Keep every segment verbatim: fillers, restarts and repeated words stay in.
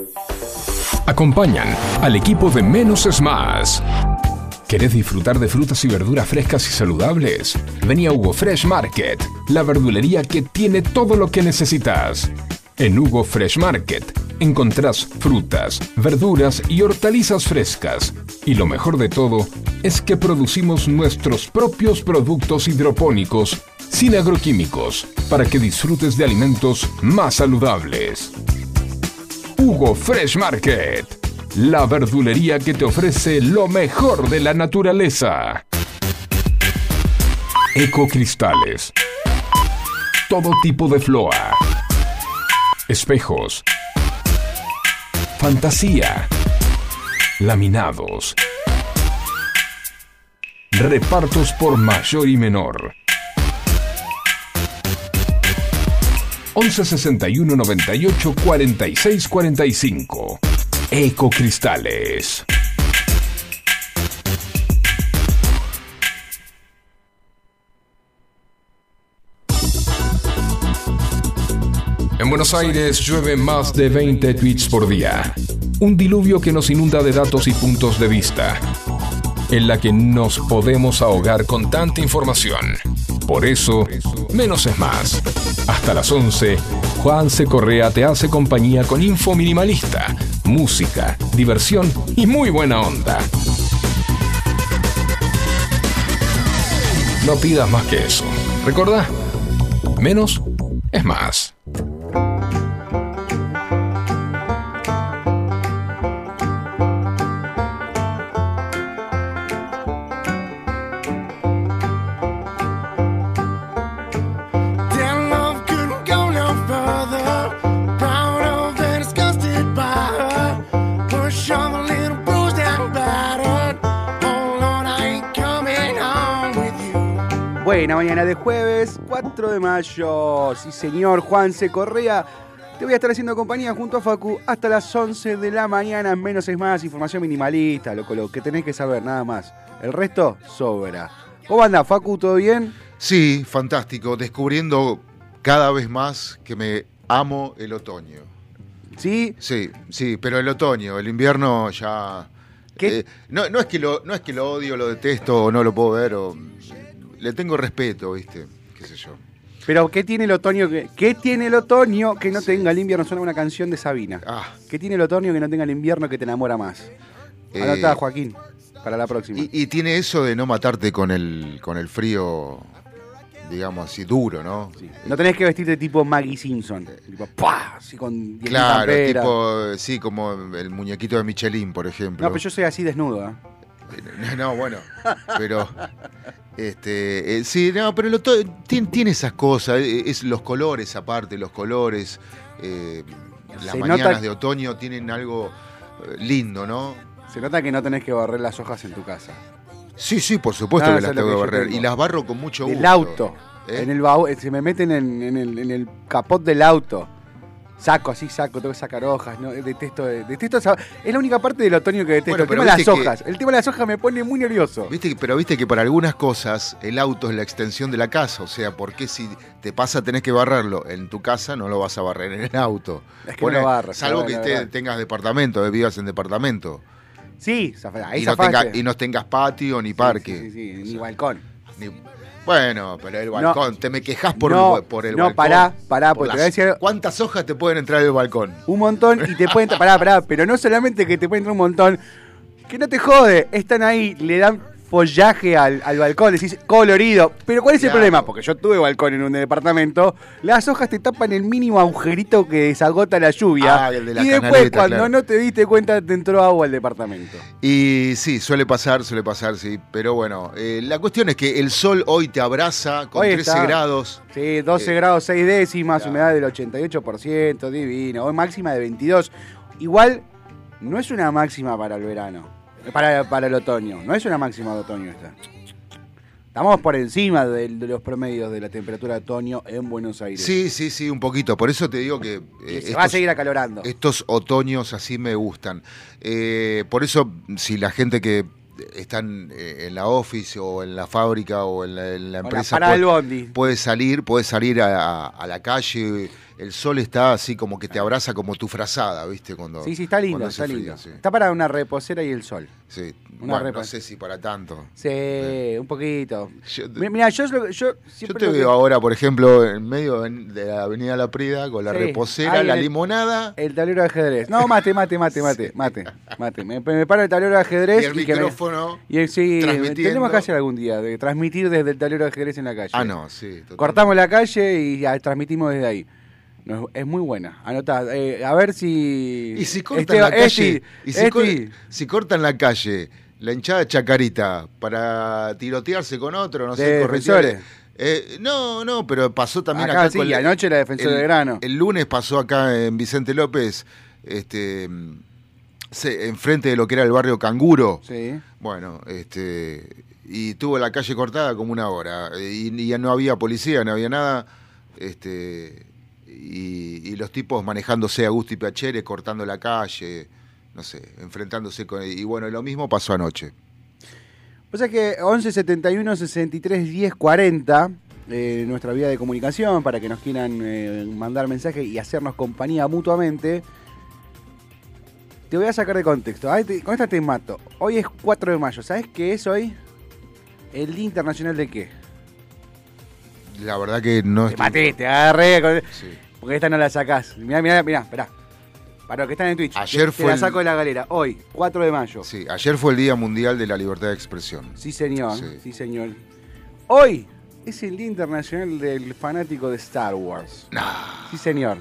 Acompañan al equipo de Menos es Más. ¿Querés disfrutar de frutas y verduras frescas y saludables? Vení a Hugo Fresh Market, la verdulería que tiene todo lo que necesitas. En Hugo Fresh Market encontrás frutas, verduras y hortalizas frescas. Y lo mejor de todo es que producimos nuestros propios productos hidropónicos sin agroquímicos para que disfrutes de alimentos más saludables. Hugo Fresh Market, la verdulería que te ofrece lo mejor de la naturaleza. Ecocristales. Todo tipo de floa. Espejos. Fantasía. Laminados. Repartos por mayor y menor. once sesenta y uno noventa y ocho cuarenta y seis cuarenta y cinco. Ecocristales. En Buenos Aires llueve más de veinte tweets por día. Un diluvio que nos inunda de datos y puntos de vista, en la que nos podemos ahogar con tanta información. Por eso, menos es más. Hasta las once, Juanse Correa te hace compañía con info minimalista, música, diversión y muy buena onda. No pidas más que eso. ¿Recordá? Menos es más. Buena mañana de jueves, cuatro de mayo. Sí, señor, Juanse Correa. Te voy a estar haciendo compañía junto a Facu hasta las once de la mañana. Menos es más, información minimalista, loco, lo que tenés que saber, nada más. El resto sobra. ¿Cómo andás, Facu? ¿Todo bien? Sí, fantástico. Descubriendo cada vez más que me amo el otoño. ¿Sí? Sí, sí, pero el otoño, el invierno ya... ¿Qué? Eh, no, no, es que lo, no es que lo odio, lo detesto o no lo puedo ver o... Le tengo respeto, ¿viste? Qué sé yo. Pero ¿qué tiene el otoño que, ¿qué tiene el otoño que no sí. tenga el invierno? Suena una canción de Sabina. Ah. ¿Qué tiene el otoño que no tenga el invierno que te enamora más? Eh, Anotá, Joaquín, para la próxima. Y, y tiene eso de no matarte con el, con el frío, digamos así, duro, ¿no? Sí. No tenés que vestirte tipo Maggie Simpson. Tipo, ¡pah! Así con claro, tipo, sí, como el muñequito de Michelin, por ejemplo. No, pero yo soy así desnudo, ¿eh? No, bueno, pero... Este, eh, sí, no, pero lo to- tiene, tiene esas cosas, es, es los colores aparte, los colores, eh, las Se mañanas nota... de otoño tienen algo eh, lindo, ¿no? Se nota que no tenés que barrer las hojas en tu casa. Sí, sí, por supuesto no, que las tengo que barrer tengo. Y las barro con mucho gusto. El auto, ¿Eh? en el baúl, se me meten en, en, el, en el capot del auto. Saco, así saco, tengo que sacar hojas, no, detesto, detesto esa, es la única parte del otoño que detesto, bueno, el tema de las hojas, que, el tema de las hojas me pone muy nervioso. ¿Viste? Pero viste que para algunas cosas el auto es la extensión de la casa, o sea, ¿por qué si te pasa tenés que barrerlo en tu casa no lo vas a barrer en el auto? Es que Pone, no lo barras. Salvo que te, tengas departamento, que vivas en departamento. Sí, ahí y, no tenga, y no tengas patio ni parque. Sí, sí, sí, sí, ni balcón. Ni, Bueno, pero el balcón, no, te me quejas por, no, el, por el no, balcón. No, pará, pará, por porque las, te voy a decir... ¿Cuántas hojas te pueden entrar del balcón? Un montón y te pueden entrar, pará, pará, pero no solamente que te pueden entrar un montón, que no te jode, están ahí, le dan follaje al, al balcón, decís colorido, pero ¿cuál es claro. el problema? Porque yo tuve balcón en un departamento, las hojas te tapan el mínimo agujerito que desagota la lluvia, ah, el de la y después canaleta, cuando claro. no te diste cuenta te entró agua al departamento. Y sí, suele pasar, suele pasar, sí, pero bueno, eh, la cuestión es que el sol hoy te abraza con hoy trece está, grados. Sí, doce eh, grados seis décimas, claro. humedad del ochenta y ocho por ciento, divino, hoy máxima de veintidós, igual no es una máxima para el verano. Para, para el otoño, no es una máxima de otoño esta. Estamos por encima de, de los promedios de la temperatura de otoño en Buenos Aires. Sí, sí, sí, un poquito. Por eso te digo que... Eh, se estos, va a seguir acalorando. Estos otoños así me gustan. Eh, por eso, si la gente que está en, en la office o en la fábrica o en la, en la empresa... Para puede, el bondi. Puede salir, puede salir a, a, a la calle el sol está así como que te abraza como tu frazada, ¿viste? Cuando, Sí, sí, está lindo, cuando está hace lindo. frío, sí. Está para una reposera y el sol. Sí, Una bueno, repa. no sé si para tanto. Sí, un poquito. Yo, Mira, yo, yo, yo yo siempre te lo que- veo ahora, por ejemplo, en medio de la avenida La Prida, con la Sí, reposera, ahí la en el- limonada El tablero de ajedrez. No, mate, mate, mate, mate, mate, mate. Me, me paro el tablero de ajedrez y el que me- micrófono. y el- sí, transmitiendo. tenemos que hacer algún día, de transmitir desde el tablero de ajedrez en la calle. Ah, no, sí. totalmente. Cortamos la calle y ya transmitimos desde ahí. No, es muy buena. Anotá. eh, a ver si. Y si cortan Esteban- la calle, Esti, y si, Esti. cor- si cortan la calle, la hinchada Chacarita, para tirotearse con otro, no De sé, corretear. defensores. Eh, no, no, pero pasó también Acá acá. sí, con y anoche la Defensor el, de Grano. El lunes pasó acá en Vicente López, este, se- enfrente de lo que era el barrio Canguro. Sí. Bueno, este, y tuvo la calle cortada como una hora. Y, y ya no había policía, no había nada. Este, y, y los tipos manejándose a gusto y piacere, cortando la calle, no sé, enfrentándose con... Y bueno, lo mismo pasó anoche. O sea que once setenta y uno sesenta y tres diez cuarenta, eh, nuestra vía de comunicación, para que nos quieran eh, mandar mensajes y hacernos compañía mutuamente. Te voy a sacar de contexto. Ahí te- con esta te mato. Hoy es cuatro de mayo. ¿Sabes qué es hoy? ¿El Día Internacional de qué? La verdad que no... Te estoy- maté, te agarré. con- Sí. Porque esta no la sacás. Mirá, mirá, mirá, esperá. Para los que están en Twitch. Ayer te, fue te la el- saco de la galera. Hoy, cuatro de mayo. Sí, ayer fue el Día Mundial de la Libertad de Expresión. Sí, señor. Sí. Sí. señor. Hoy es el Día Internacional del Fanático de Star Wars. Nah. Sí, señor.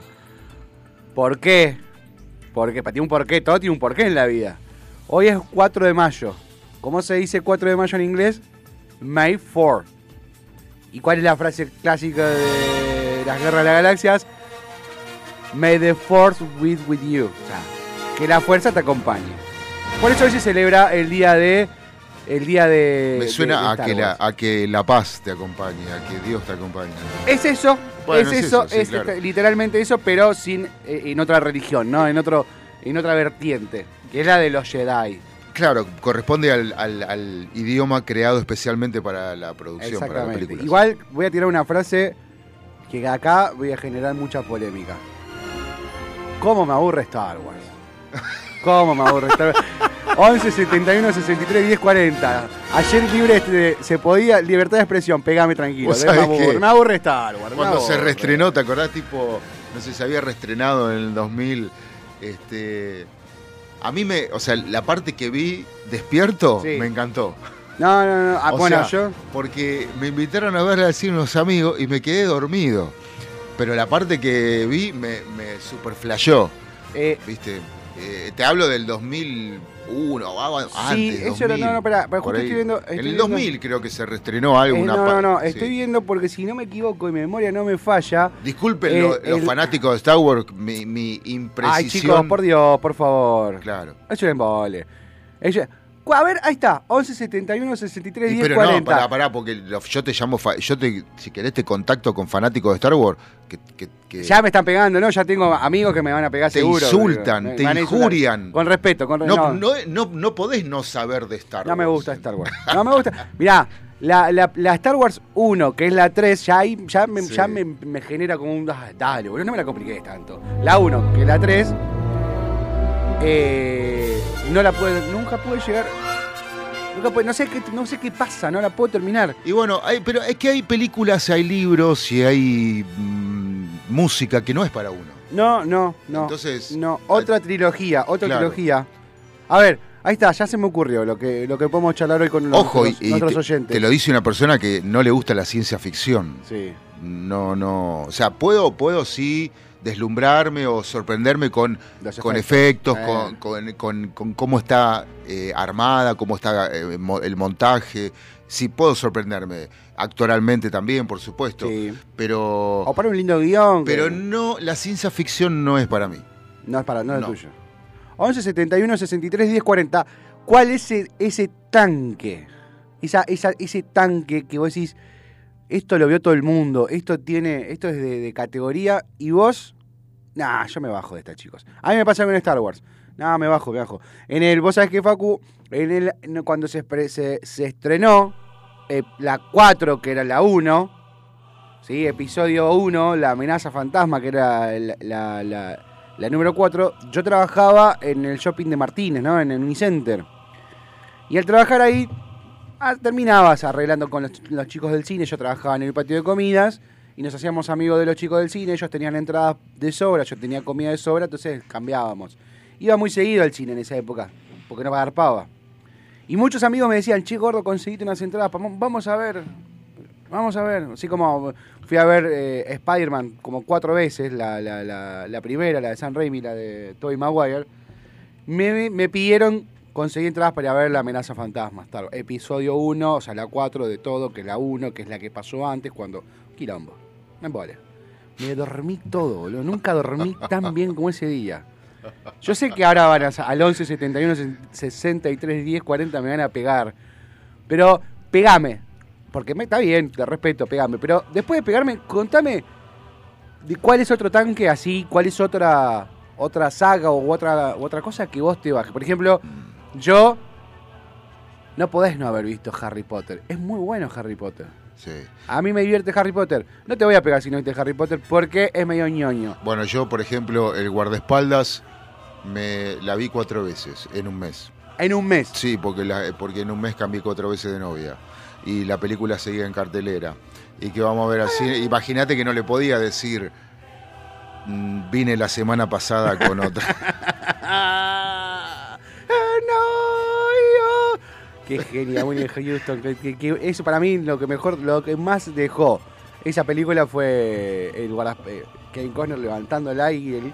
¿Por qué? Porque para tiene un porqué, todo tiene un porqué en la vida. Hoy es cuatro de mayo. ¿Cómo se dice cuatro de mayo en inglés? May fourth. ¿Y cuál es la frase clásica de las Guerras de las Galaxias? May the force be with you. O sea, que la fuerza te acompañe. Por eso hoy se celebra el día de... El día de... Me de- suena de a, Star que la, Wars. a que la paz te acompañe, a que Dios te acompañe. Es eso, Bueno, es es eso, eso, sí, es claro. este- literalmente eso, pero sin eh, en otra religión, ¿no? En otro, en otra vertiente, que es la de los Jedi. Claro, corresponde al, al- al idioma creado especialmente para la producción, para la Exactamente. película. Igual voy a tirar una frase que acá voy a generar mucha polémica. ¿Cómo me aburre Star Wars? ¿Cómo me aburre Star Wars? once setenta y uno sesenta y tres diez cuarenta. Ayer libre este, se podía, libertad de expresión, pegame tranquilo. Vos Me sabés aburre, que me aburre Star Wars. me Cuando se aburre. reestrenó, ¿te acordás? Tipo, no sé, se había reestrenado en el dos mil. Este, a mí me, o sea, la parte que vi despierto Sí. me encantó. No, no, no. Ah, O bueno, sea, yo. Porque me invitaron a verla al cine unos amigos y me quedé dormido. Pero la parte que vi me, me super flashó, eh, ¿viste? Eh, te hablo del dos mil uno, o antes. Sí, eso era- dos mil, no, no, pará, pero por justo ahí. estoy viendo- estoy en el viendo- dos mil creo que se reestrenó algo. Eh, una no, pa- no, no, sí. estoy viendo porque si no me equivoco y mi memoria no me falla. Disculpen Eh, lo- los el- fanáticos de Star Wars, mi, mi imprecisión. Ay, chicos, por Dios, por favor. Claro. Es un embole. Ella- Cu- A ver, ahí está, once setenta y uno sesenta y tres Y diez pero no, cuarenta. pará, pará, porque lo- yo te llamo, fa- yo te, si querés te contacto con fanáticos de Star Wars, que, que- que- Ya me están pegando, ¿no? Ya tengo amigos que me van a pegar Te seguro. insultan, Me te van a insultar. injurian. Con respeto, con no, respeto. no, no, no podés no saber de Star No Wars. me gusta Star Wars. No me gusta. Mirá, la, la, la Star Wars uno, que es la tres, ya ahí ya me, Sí. ya me, me genera como un... ah, dale, boludo, no me la compliques tanto. La uno, que es la tres, eh, no la puedo... Nunca pude llegar... Nunca pude, no, sé qué, no sé qué pasa, no la puedo terminar. Y bueno, hay, pero es que hay películas, hay libros y hay mm, música que no es para uno. No, no, no. Entonces, No, otra trilogía, otra Claro. trilogía. A ver, ahí está, ya se me ocurrió lo que, lo que podemos charlar hoy con Ojo, nuestros, y, y nuestros te, oyentes. te lo dice una persona que no le gusta la ciencia ficción. Sí. No, no. O sea, puedo, puedo sí deslumbrarme o sorprenderme con, Los con efectos. efectos, Eh. con, con- con- con cómo está eh, armada, cómo está eh, mo- el montaje. Sí, puedo sorprenderme. Actoralmente también, por supuesto. Sí. Pero, O para un lindo guión. que pero no, la ciencia ficción no es para mí. no es para, no es no. tuyo. once setenta y uno sesenta y tres diez cuarenta. ¿Cuál es ese, ese tanque? Esa, esa, ese tanque que vos decís, esto lo vio todo el mundo, esto tiene, esto es de, de categoría, y vos, nah, yo me bajo de esta, chicos. A mí me pasa con Star Wars. Nah, me bajo, me bajo. En el, vos sabés que Facu, en el, no, cuando se, espre- se, se estrenó eh, la cuatro, que era la uno, ¿sí? Episodio uno, la amenaza fantasma, que era la, la, la, la número cuatro. Yo trabajaba en el shopping de Martínez, ¿no? En el Unicenter. Y al trabajar ahí, ah, terminabas arreglando con los, los chicos del cine. Yo trabajaba en el patio de comidas y nos hacíamos amigos de los chicos del cine. Ellos tenían entradas de sobra, yo tenía comida de sobra, entonces cambiábamos. Iba muy seguido al cine en esa época, porque no agarpaba. Y muchos amigos me decían, che, gordo, conseguiste unas entradas, vamos a ver, vamos a ver. Así como fui a ver eh, Spider-Man como cuatro veces, la, la, la, la primera, la de Sam Raimi, la de Tobey Maguire. Me, me pidieron conseguir entradas para ir a ver La amenaza fantasma. Star, episodio uno, o sea, la cuatro de todo, que es la uno, que es la que pasó antes, cuando... Quilombo, me embole. Me dormí todo, boludo. Nunca dormí tan bien como ese día. Yo sé que ahora van a, al once setenta y uno sesenta y tres diez cuarenta me van a pegar. Pero pegame. Porque me, está bien, te respeto, pegame. Pero después de pegarme, contame de cuál es otro tanque así, cuál es otra otra saga o otra, u otra cosa que vos te bajes. Por ejemplo, yo no podés no haber visto Harry Potter. Es muy bueno Harry Potter. Sí. A mí me divierte Harry Potter. No te voy a pegar si no viste Harry Potter porque es medio ñoño. Bueno, yo, por ejemplo, el guardaespaldas me la vi cuatro veces en un mes. ¿En un mes? Sí, porque, la, porque en un mes cambié cuatro veces de novia. Y la película seguía en cartelera. Y que vamos a ver así. Imagínate que no le podía decir, mmm, vine la semana pasada con otra. Qué genial, Whitney Houston. Que, que, que eso para mí lo que mejor, lo que más dejó esa película fue el guarda, eh, Kevin Costner levantándola y el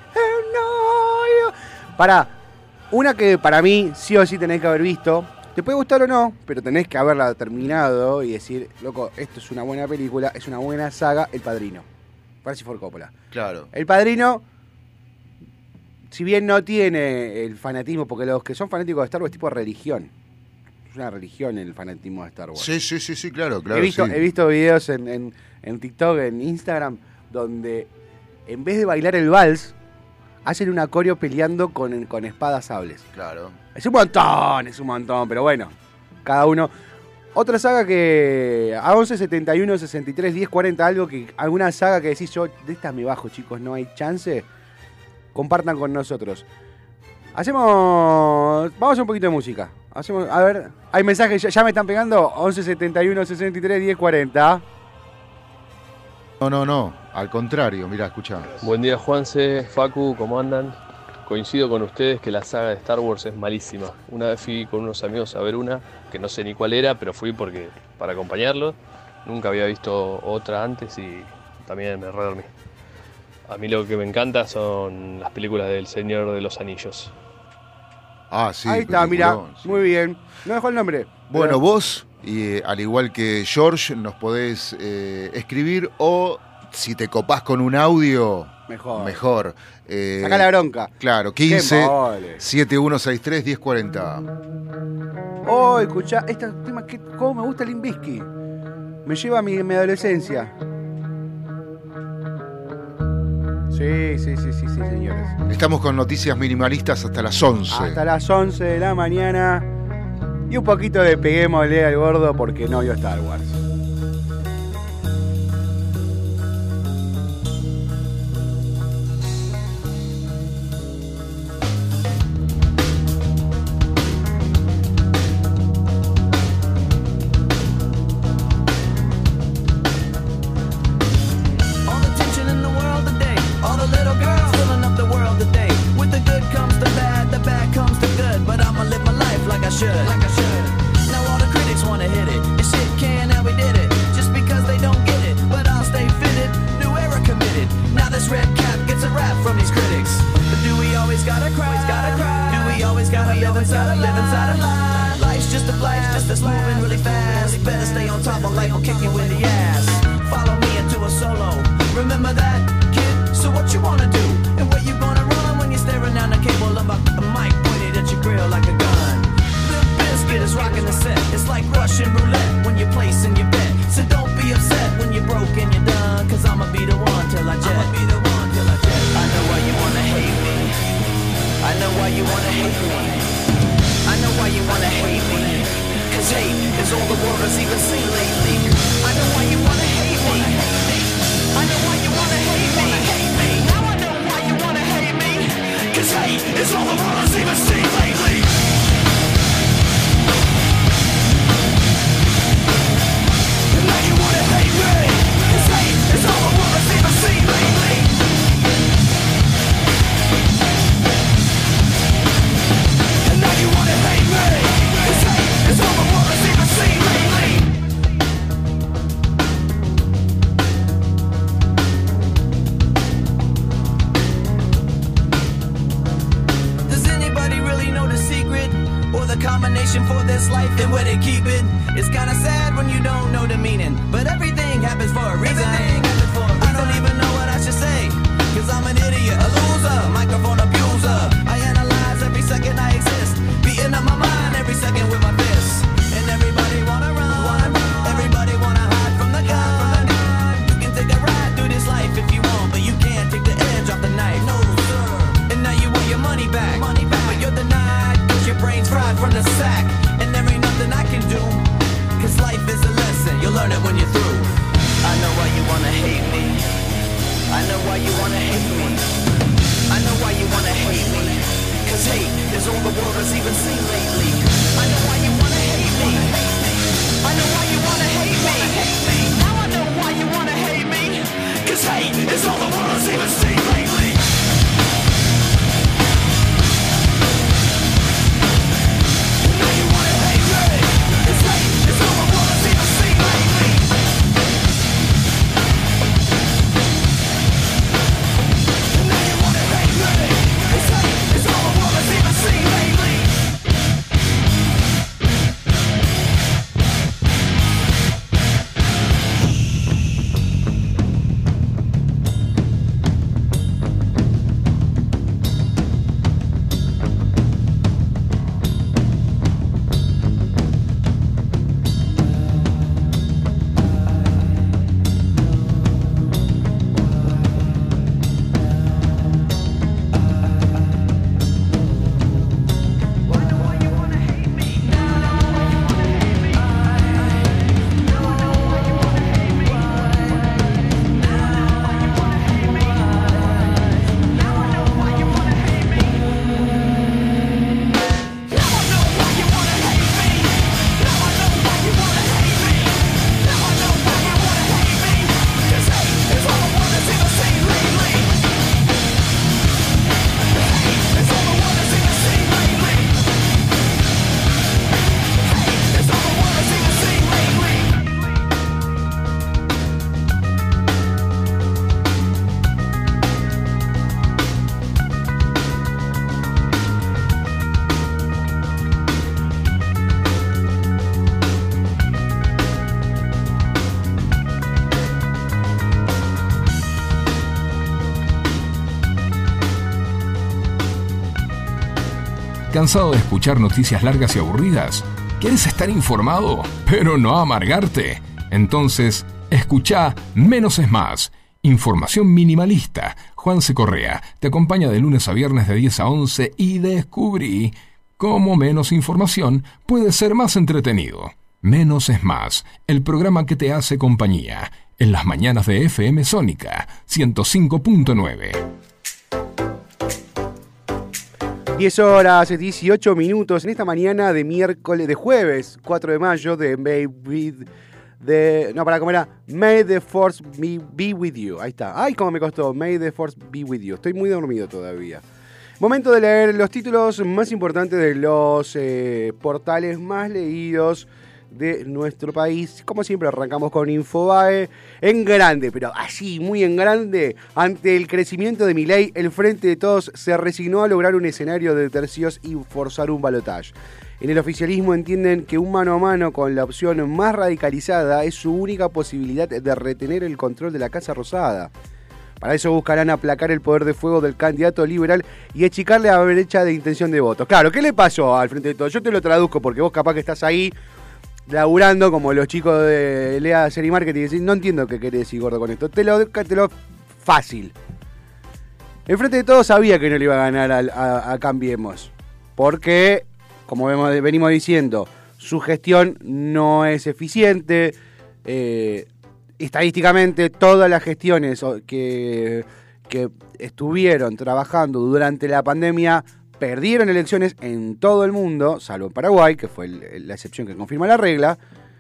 para una que para mí sí o sí tenés que haber visto. Te puede gustar o no, pero tenés que haberla terminado y decir, loco, esto es una buena película, es una buena saga, El Padrino. Francis Ford Coppola. Claro. El Padrino, si bien no tiene el fanatismo, porque los que son fanáticos de Star Wars es tipo religión. Una religión el fanatismo de Star Wars. Sí, sí, sí, sí, claro, claro. He visto, sí. he visto videos en, en, en TikTok, en Instagram, donde en vez de bailar el vals, hacen un acorio peleando con, con espadas sables. Claro. Es un montón, es un montón, pero bueno, cada uno. Otra saga que a once setenta y uno sesenta y tres diez cuarenta, algo que alguna saga que decís yo, de estas me bajo, chicos, no hay chance, compartan con nosotros. Hacemos, vamos a hacer un poquito de música. Hacemos, a ver, hay mensajes, ya, ya me están pegando, once setenta y uno sesenta y tres diez cuarenta. No, no, no, al contrario, mirá, escuchá. Buen día, Juanse, Facu, ¿cómo andan? Coincido con ustedes que la saga de Star Wars es malísima. Una vez fui con unos amigos a ver una, que no sé ni cuál era, pero fui porque para acompañarlos. Nunca había visto otra antes y también me redormí. A mí lo que me encanta son las películas del Señor de los Anillos. Ah, sí. Ahí está, mira, sí. Muy bien. No dejó el nombre. Bueno, pero... vos, y, eh, al igual que George, nos podés eh, escribir o si te copás con un audio, mejor. mejor. Eh, Sacá la bronca. Claro, quince setenta y uno sesenta y tres diez cuarenta. Oh, escuchá, este tema, que, cómo me gusta el Limp Bizkit. Me lleva a mi, mi adolescencia. Sí, sí, sí, sí, sí, señores. Estamos con noticias minimalistas hasta las once. Hasta las once de la mañana. Y un poquito de peguémosle al gordo porque no vio Star Wars. Is all the world has even seen lately. I know why you wanna hate me. ¿Cansado de escuchar noticias largas y aburridas? ¿Quieres estar informado, pero no amargarte? Entonces, escuchá Menos es Más. Información minimalista. Juanse Correa te acompaña de lunes a viernes de diez a once y descubrí cómo menos información puede ser más entretenido. Menos es Más, el programa que te hace compañía. En las mañanas de F M Sónica, ciento cinco punto nueve. diez horas, dieciocho minutos en esta mañana de miércoles, de jueves cuatro de mayo de May with the, no, para, ¿cómo era? May the Force be, be with you. Ahí está. Ay, cómo me costó. May the Force be with you. Estoy muy dormido todavía. Momento de leer los títulos más importantes de los eh, portales más leídos de nuestro país. Como siempre, arrancamos con Infobae en grande, pero así, muy en grande. Ante el crecimiento de Milei, el Frente de Todos se resignó a lograr un escenario de tercios y forzar un balotaje. En el oficialismo entienden que un mano a mano con la opción más radicalizada es su única posibilidad de retener el control de la Casa Rosada. Para eso buscarán aplacar el poder de fuego del candidato liberal y achicarle a la brecha de intención de votos. Claro, ¿qué le pasó al Frente de Todos? Yo te lo traduzco porque vos capaz que estás ahí laburando como los chicos de Lea Serie Marketing y decís, no entiendo qué querés decir, gordo, con esto. Te lo, te lo fácil. El Frente de Todos sabía que no le iba a ganar a, a, a Cambiemos. Porque, como vemos, venimos diciendo, su gestión no es eficiente. Eh, estadísticamente todas las gestiones que, que estuvieron trabajando durante la pandemia perdieron elecciones en todo el mundo, salvo en Paraguay, que fue el, la excepción que confirma la regla.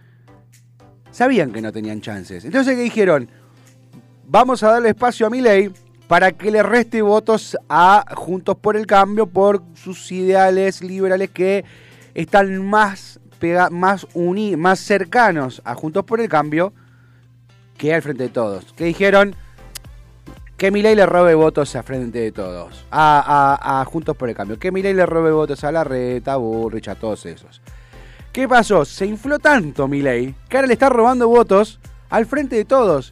Sabían que no tenían chances. Entonces, ¿qué dijeron? Vamos a darle espacio a Milei para que le reste votos a Juntos por el Cambio por sus ideales liberales que están más, pega, más, uni, más cercanos a Juntos por el Cambio que al Frente de Todos. Que dijeron que Milei le robe votos a Frente de Todos, a, a, a Juntos por el Cambio. Que Milei le robe votos a Larreta, a Burrich, a todos esos. ¿Qué pasó? Se infló tanto Milei que ahora le está robando votos al Frente de Todos.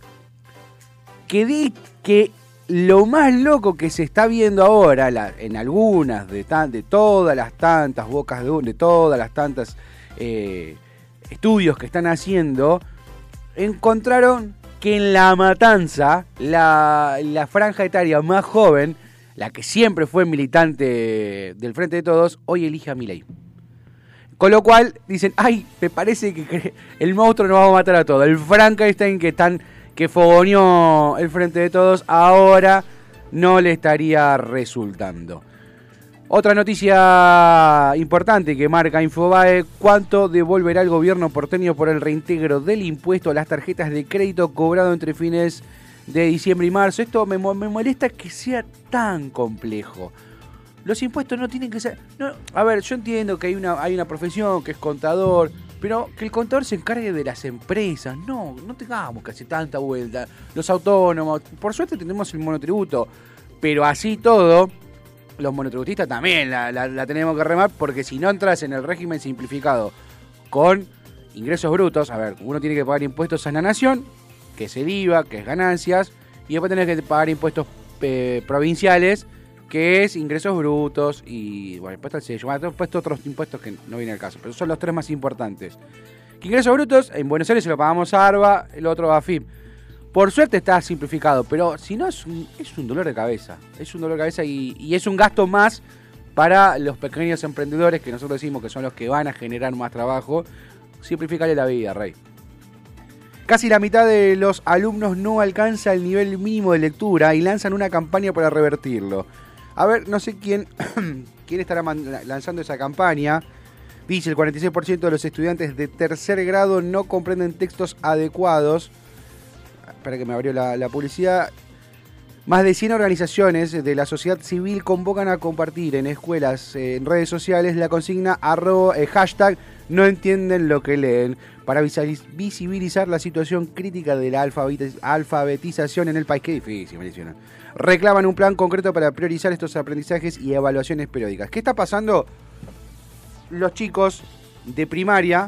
Que di que lo más loco que se está viendo ahora, la, en algunas de, tan, de todas las tantas bocas de, de todas las tantas eh, estudios que están haciendo, encontraron que en La Matanza, la, la franja etaria más joven, la que siempre fue militante del Frente de Todos, hoy elige a Milei. Con lo cual dicen, ay, me parece que el monstruo nos va a matar a todos. El Frankenstein que están... que fogoneó el Frente de Todos, ahora no le estaría resultando. Otra noticia importante que marca Infobae: ¿cuánto devolverá el gobierno porteño por el reintegro del impuesto a las tarjetas de crédito cobrado entre fines de diciembre y marzo? Esto me, me molesta que sea tan complejo. Los impuestos no tienen que ser... No, a ver, yo entiendo que hay una, hay una profesión que es contador, pero que el contador se encargue de las empresas. No, no tengamos que hacer tanta vuelta. Los autónomos, por suerte tenemos el monotributo, pero así todo, los monotributistas también la, la, la tenemos que remar, porque si no entras en el régimen simplificado con ingresos brutos, a ver, uno tiene que pagar impuestos a la nación, que es el I V A, que es ganancias, y después tenés que pagar impuestos eh, provinciales, que es ingresos brutos y, bueno, impuesto al sello. Bueno, he puesto otros impuestos que no viene al caso, pero son los tres más importantes. Que ingresos brutos, en Buenos Aires se lo pagamos a ARBA, el otro a A F I P. Por suerte está simplificado, pero si no es un, es un dolor de cabeza. Es un dolor de cabeza y, y es un gasto más para los pequeños emprendedores, que nosotros decimos que son los que van a generar más trabajo. Simplificarle la vida, Rey. Casi la mitad de los alumnos no alcanza el nivel mínimo de lectura y lanzan una campaña para revertirlo. A ver, no sé quién, quién estará lanzando esa campaña. Dice, el cuarenta y seis por ciento de los estudiantes de tercer grado no comprenden textos adecuados. Espera que me abrió la, la publicidad. Más de cien organizaciones de la sociedad civil convocan a compartir en escuelas, eh, en redes sociales, la consigna arroba, eh, hashtag no entienden lo que leen, para visibilizar la situación crítica de la alfabetización en el país. Qué difícil, me dicen. Reclaman un plan concreto para priorizar estos aprendizajes y evaluaciones periódicas. ¿Qué está pasando? Los chicos de primaria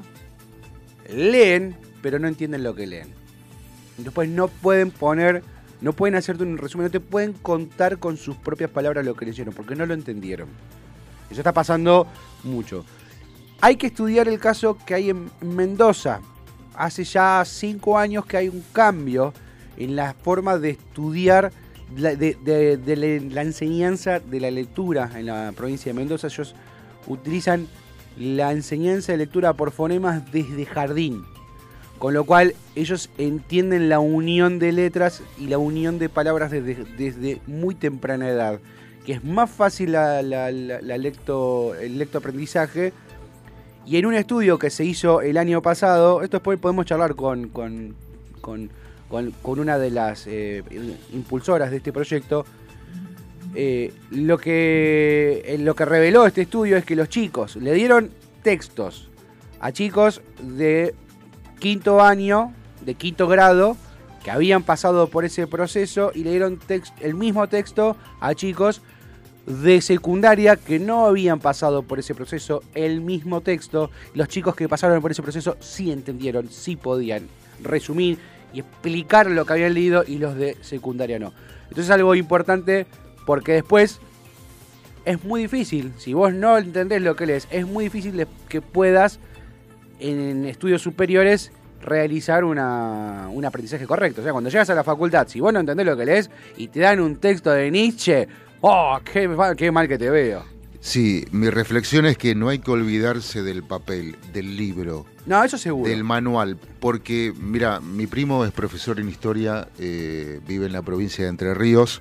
leen, pero no entienden lo que leen. Después no pueden poner, no pueden hacerte un resumen, no te pueden contar con sus propias palabras lo que leyeron, porque no lo entendieron. Eso está pasando mucho. Hay que estudiar el caso que hay en Mendoza. Hace ya cinco años que hay un cambio en la forma de estudiar la, de, de, de la, la enseñanza de la lectura en la provincia de Mendoza. Ellos utilizan la enseñanza de lectura por fonemas desde jardín, con lo cual ellos entienden la unión de letras y la unión de palabras desde, desde muy temprana edad, que es más fácil la, la, la, la lecto, el lectoaprendizaje. Y en un estudio que se hizo el año pasado, esto después podemos charlar con, con, con, con, con una de las eh, impulsoras de este proyecto, eh, lo, que, eh, lo que reveló este estudio es que los chicos le dieron textos a chicos de quinto año, de quinto grado, que habían pasado por ese proceso, y le dieron text, el mismo texto a chicos de secundaria que no habían pasado por ese proceso, el mismo texto. Los chicos que pasaron por ese proceso sí entendieron, sí podían resumir y explicar lo que habían leído, y los de secundaria no. Entonces es algo importante, porque después es muy difícil, si vos no entendés lo que lees, es muy difícil que puedas en estudios superiores realizar una, un aprendizaje correcto. O sea, cuando llegas a la facultad, si vos no entendés lo que lees y te dan un texto de Nietzsche, ¡oh, qué, qué mal que te veo! Sí, mi reflexión es que no hay que olvidarse del papel, del libro. No, eso seguro. Del manual, porque, mira, mi primo es profesor en historia, eh, vive en la provincia de Entre Ríos,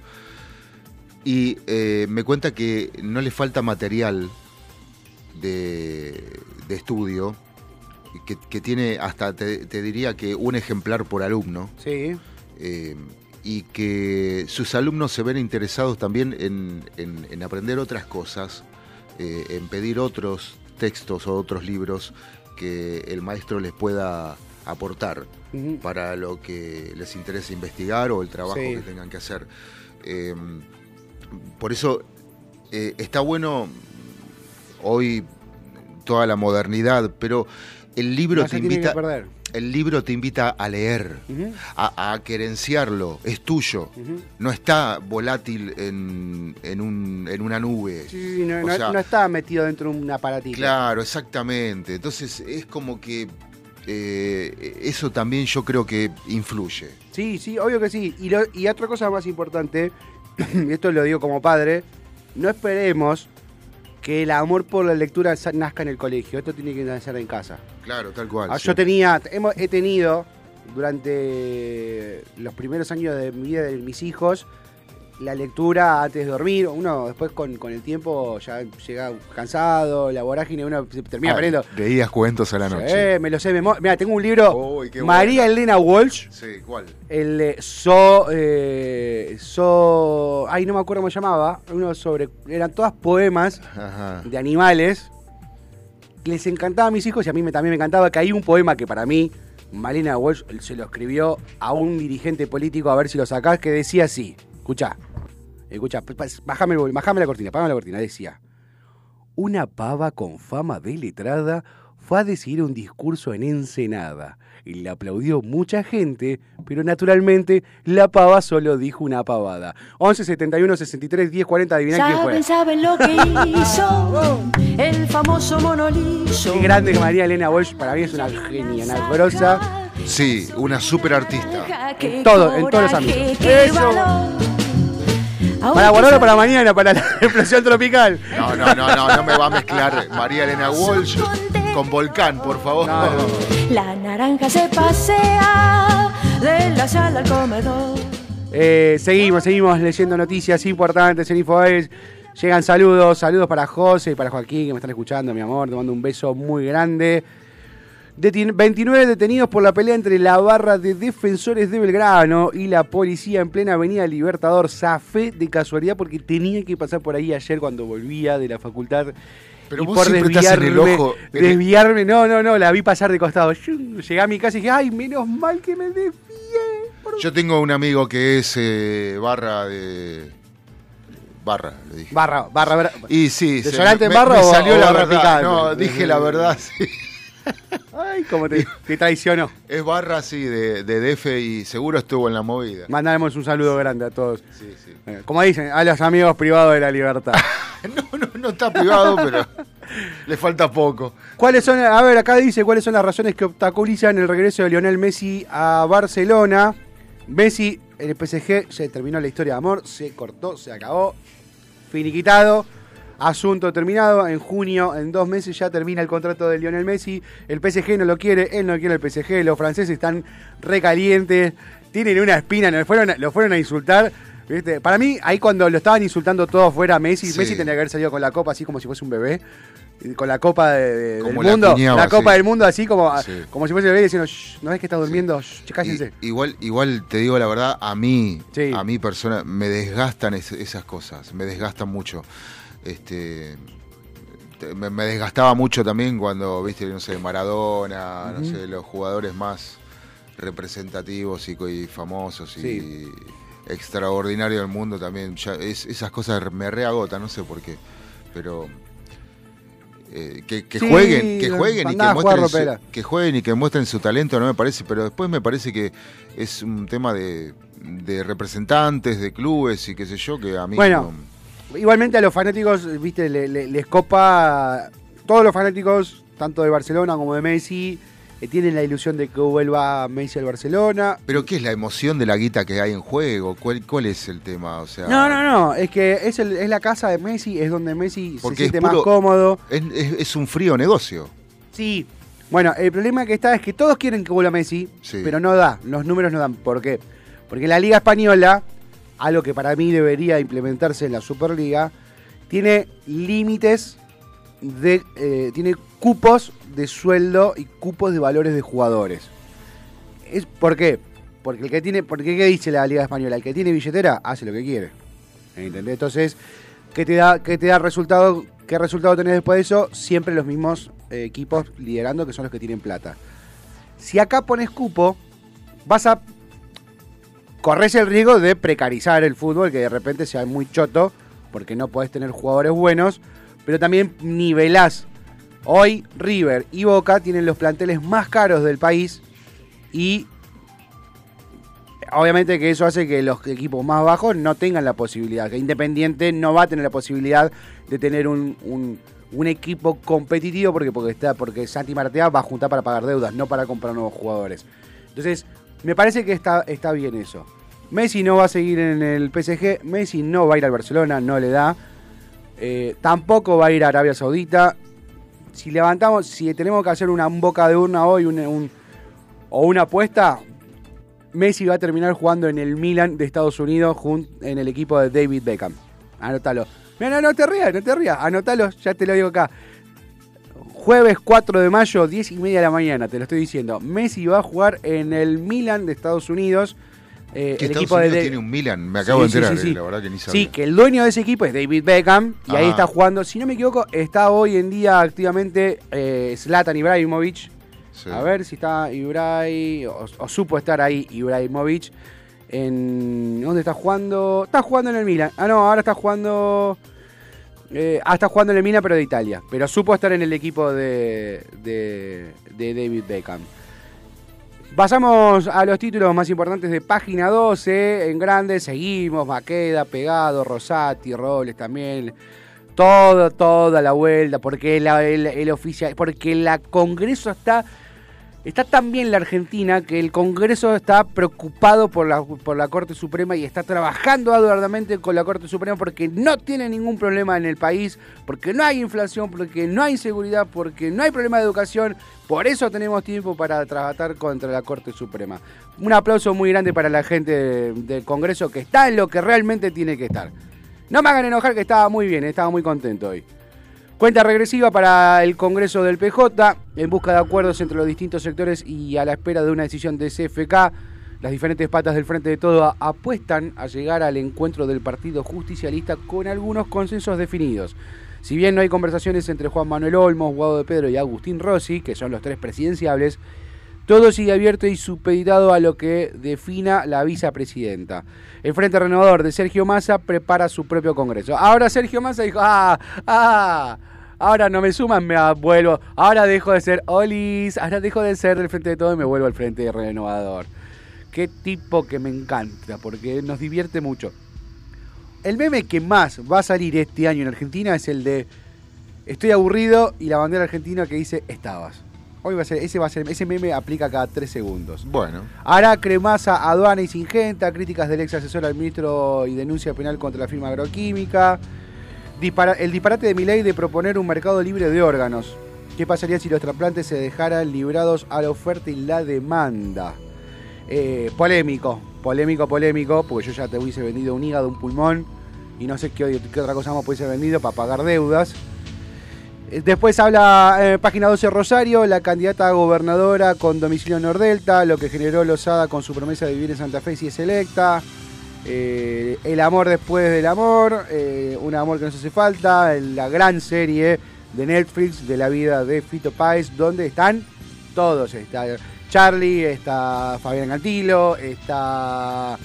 y eh, me cuenta que no le falta material de, de estudio, que, que tiene hasta, te, te diría que un ejemplar por alumno. Sí. Eh, y que sus alumnos se ven interesados también en, en, en aprender otras cosas, eh, en pedir otros textos o otros libros que el maestro les pueda aportar uh-huh. para lo que les interesa investigar o el trabajo sí. que tengan que hacer. Eh, por eso eh, está bueno hoy toda la modernidad, pero el libro no te invita... perder. El libro te invita a leer, uh-huh. a, a querenciarlo, es tuyo, uh-huh. no está volátil en, en, un, en una nube. Sí, no, no, sea, no está metido dentro de un aparatito. Claro, exactamente. Entonces es como que eh, eso también yo creo que influye. Sí, sí, obvio que sí. Y, lo, y otra cosa más importante, y esto lo digo como padre, no esperemos que el amor por la lectura nazca en el colegio. Esto tiene que nacer en casa. Claro, tal cual. Ah, sí. Yo tenía, hemos, he tenido durante los primeros años de mi vida de mis hijos la lectura antes de dormir. Uno después con, con el tiempo ya llega cansado, la vorágine, uno se termina ah, aprendiendo. Leías cuentos a la noche. Sí, me lo sé. Mira, tengo un libro, Uy, María buena. Elena Walsh. Sí, ¿cuál? El eh, So... Eh, so... Ay, no me acuerdo cómo se llamaba. Uno sobre... Eran todas poemas Ajá. de animales. Les encantaba a mis hijos y a mí me, también me encantaba, que hay un poema que para mí Malena Walsh se lo escribió a un dirigente político, a ver si lo sacás, que decía así. Escuchá, escuchá, bájame, bájame la cortina, bájame la cortina. Decía: una pava con fama de letrada fue a decir un discurso en Ensenada y le aplaudió mucha gente, pero naturalmente la pava solo dijo una pavada. once setenta y uno sesenta y tres diez cuarenta, adiviná quién fue. Saben, saben lo que hizo el famoso monoliso. Qué grande que María Elena Walsh, para mí es una genia, una grosa. Sí, una súper artista. En todo, en todos los ámbitos. Eso. Para guardarlo para mañana, para la explosión tropical. No, no, no, no, no me va a mezclar María Elena Walsh con Volcán, por favor. No, no. La naranja se pasea de la sala al comedor. Eh, seguimos, seguimos leyendo noticias importantes en InfoES. Llegan saludos, saludos para José y para Joaquín que me están escuchando, mi amor. Te mando un beso muy grande. Detin- veintinueve detenidos por la pelea entre la barra de defensores de Belgrano y la policía en plena avenida Libertador. Zafé de casualidad porque tenía que pasar por ahí ayer cuando volvía de la facultad. Pero y vos por siempre desviarme, estás en el ojo. desviarme, no, no, no, la vi pasar de costado. Llegué a mi casa y dije, ay, menos mal que me desvié. Por... Yo tengo un amigo que es eh, barra de... Barra, le dije. Barra, barra, barra. Y sí. ¿De Solante en me, barra me o salió o la barra verdad. picante? No, dije la verdad, sí. Ay, cómo te, te traicionó. Es barra, sí, de, de D F y seguro estuvo en la movida. Mandamos un saludo grande a todos. Sí, sí. Eh, como dicen, a los amigos privados de la libertad. no, no, no está privado, pero le falta poco. ¿Cuáles son? A ver, acá dice cuáles son las razones que obstaculizan el regreso de Lionel Messi a Barcelona. Messi, en el P S G, se terminó la historia de amor, se cortó, se acabó, finiquitado. Asunto terminado, en junio, en dos meses ya termina el contrato de Lionel Messi. El P S G no lo quiere, él no quiere el P S G. Los franceses están recalientes, tienen una espina, lo fueron, lo fueron a insultar. ¿Viste? Para mí, ahí cuando lo estaban insultando todos fuera Messi, sí. Messi tenía que haber salido con la copa así como si fuese un bebé. Con la copa de, de, del la mundo, cuñaba, la copa sí. del mundo así como, sí. como si fuese bebé diciendo, ¿no ves que está durmiendo? Sí. Shh, cállense. Y, igual, igual te digo la verdad, a mí, sí. a mí persona, me desgastan es, esas cosas, me desgastan mucho. Este, me, me desgastaba mucho también cuando, viste, no sé, Maradona, uh-huh. no sé, los jugadores más representativos y, y famosos y sí. extraordinarios del mundo también. Ya es, esas cosas me reagotan, no sé por qué, pero eh, que, que sí, jueguen, que jueguen y que muestren, su, que jueguen y que muestren su talento, no me parece, pero después me parece que es un tema de, de representantes, de clubes y qué sé yo, que a mí bueno. no... Igualmente a los fanáticos, viste, les, les, les copa, todos los fanáticos, tanto de Barcelona como de Messi, eh, tienen la ilusión de que vuelva Messi al Barcelona. ¿Pero qué es la emoción de la guita que hay en juego? ¿Cuál, cuál es el tema? O sea, No, no, no, es que es, el, es la casa de Messi, es donde Messi porque se siente es puro- más cómodo. Es, es- es un frío negocio. Sí, bueno, el problema que está es que todos quieren que vuelva Messi, Sí. pero no da, los números no dan. ¿Por qué? Porque la Liga Española, algo que para mí debería implementarse en la Superliga, tiene límites de, eh, tiene cupos de sueldo y cupos de valores de jugadores. Es, ¿Por qué? Porque el que tiene, porque ¿qué dice la Liga Española? El que tiene billetera hace lo que quiere. ¿Entendés? Entonces, ¿qué te da, qué te da resultado? ¿Qué resultado tenés después de eso? Siempre los mismos eh, equipos liderando, que son los que tienen plata. Si acá pones cupo, vas a corres el riesgo de precarizar el fútbol, que de repente sea muy choto, porque no podés tener jugadores buenos, pero también nivelás. Hoy River y Boca tienen los planteles más caros del país y obviamente que eso hace que los equipos más bajos no tengan la posibilidad, que Independiente no va a tener la posibilidad de tener un, un, un equipo competitivo porque, porque, está, porque Santi Maratea va a juntar para pagar deudas, no para comprar nuevos jugadores. Entonces, me parece que está, está bien eso. Messi no va a seguir en el P S G, Messi no va a ir al Barcelona, no le da. Eh, tampoco va a ir a Arabia Saudita. Si levantamos, si tenemos que hacer una un boca de urna hoy un, un, o una apuesta, Messi va a terminar jugando en el Milan de Estados Unidos junto en el equipo de David Beckham. Anótalo. No, no, no te rías, no te rías. Anótalo, ya te lo digo acá. Jueves cuatro de mayo, diez y media de la mañana, te lo estoy diciendo. Messi va a jugar en el Milan de Estados Unidos. Eh, Que el Estados equipo Unidos de tiene un Milan, me acabo Sí, de enterar, sí, sí, sí. eh, la verdad que ni sabía. Sí, que el dueño de ese equipo es David Beckham y ahí Ah. está jugando, si no me equivoco, está hoy en día activamente eh, Zlatan Ibrahimovic. Sí. A ver si está Ibrai o, o supo estar ahí Ibrahimovic. En ¿dónde está jugando? Está jugando en el Milan. Ah, no, ahora está jugando eh, ah, está jugando en el Milan, pero de Italia. Pero supo estar en el equipo de, de, de David Beckham. Pasamos a los títulos más importantes de página doce. En grande seguimos, Maqueda, Pegado, Rosati, Robles también. Todo, toda la vuelta, porque la, el, el oficial, porque la Congreso está, está tan bien la Argentina que el Congreso está preocupado por la, por la Corte Suprema y está trabajando arduamente con la Corte Suprema porque no tiene ningún problema en el país, porque no hay inflación, porque no hay inseguridad, porque no hay problema de educación. Por eso tenemos tiempo para trabajar contra la Corte Suprema. Un aplauso muy grande para la gente de, del Congreso que está en lo que realmente tiene que estar. No me hagan enojar que estaba muy bien, estaba muy contento hoy. Cuenta regresiva para el Congreso del P J, en busca de acuerdos entre los distintos sectores y a la espera de una decisión de C F K. Las diferentes patas del Frente de Todo apuestan a llegar al encuentro del Partido Justicialista con algunos consensos definidos. Si bien no hay conversaciones entre Juan Manuel Olmos, Guado de Pedro y Agustín Rossi, que son los tres presidenciables, todo sigue abierto y supeditado a lo que defina la vicepresidenta. El Frente Renovador de Sergio Massa prepara su propio congreso. Ahora Sergio Massa dijo, ah, ah, ahora no me suman, me vuelvo. Ahora dejo de ser Olis, ahora dejo de ser del Frente de Todo y me vuelvo al Frente Renovador. Qué tipo que me encanta, porque nos divierte mucho. El meme que más va a salir este año en Argentina es el de estoy aburrido y la bandera argentina que dice estabas. Hoy va a ser, ese va a ser, ese meme aplica cada tres segundos. Bueno. Aracre, Massa, aduana y Singenta, críticas del ex asesor al ministro y denuncia penal contra la firma agroquímica. Dispara, el disparate de Milei de proponer un mercado libre de órganos. ¿Qué pasaría si los trasplantes se dejaran librados a la oferta y la demanda? Eh, polémico, polémico, polémico, porque yo ya te hubiese vendido un hígado, un pulmón y no sé qué, qué otra cosa más pudiese vendido para pagar deudas. Después habla eh, página doce Rosario, la candidata a gobernadora con domicilio en Nordelta, lo que generó Lozada con su promesa de vivir en Santa Fe si es electa, eh, el amor después del amor, eh, un amor que nos hace falta, la gran serie de Netflix de la vida de Fito Páez, donde están todos, está Charlie, está Fabián Cantilo, está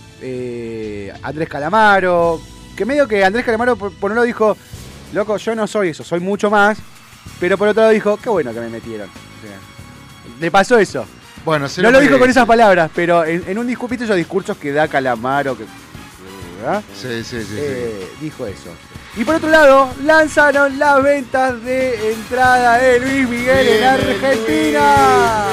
eh, Andrés Calamaro, que medio que Andrés Calamaro por, por uno dijo, loco, yo no soy eso, soy mucho más. Pero por otro lado dijo, qué bueno que me metieron. O sea, le pasó eso. Bueno, se no lo dijo merece. con esas palabras, pero en, en un discurso, esos discursos que da Calamaro, que, ¿verdad? Sí, sí, sí. Eh, sí. dijo eso. Y por otro lado, lanzaron las ventas de entrada de Luis Miguel en Argentina.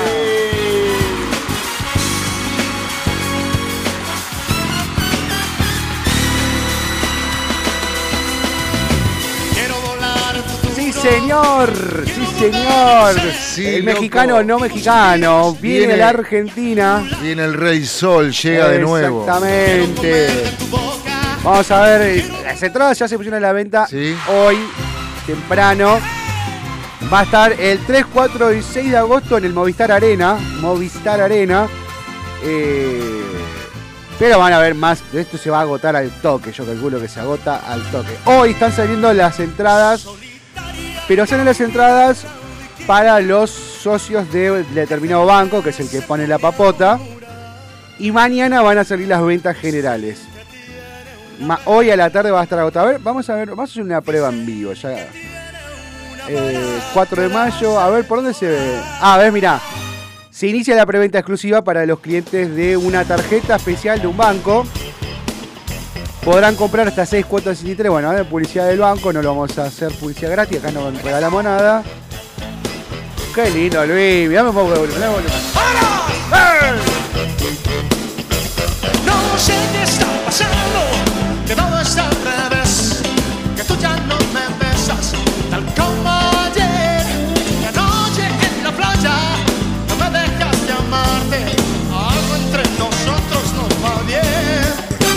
Sí, señor, sí, señor. Sí, el loco. Mexicano no mexicano. Viene, Viene- de la Argentina. Viene el Rey Sol, llega de nuevo. Exactamente. Vamos a ver, las entradas ya se pusieron a la venta Sí. hoy, temprano. Va a estar el tres, cuatro y seis de agosto en el Movistar Arena. Movistar Arena. Eh, pero van a ver más. Esto se va a agotar al toque. Yo calculo que se agota al toque. Hoy están saliendo las entradas. Pero salen las entradas para los socios de determinado banco, que es el que pone la papota. Y mañana van a salir las ventas generales. Ma- hoy a la tarde va a estar agotado. A ver, vamos a ver, vamos a hacer una prueba en vivo. Ya. Eh, cuatro de mayo, a ver, ¿por dónde se ve? Ah, a ver, mirá. Se inicia la preventa exclusiva para los clientes de una tarjeta especial de un banco. Podrán comprar hasta seis cuotas sesenta y tres. Bueno, ahora publicidad del banco, no lo vamos a hacer publicidad gratis, acá no regalamos nada. Qué lindo, Luis. Dame un poco de volumen, dame volumen. No sé qué está pasando, que todo está al revés, que tú ya no me besas tal como ayer, y anoche en la playa no me dejas de amarte, algo entre nosotros no va bien.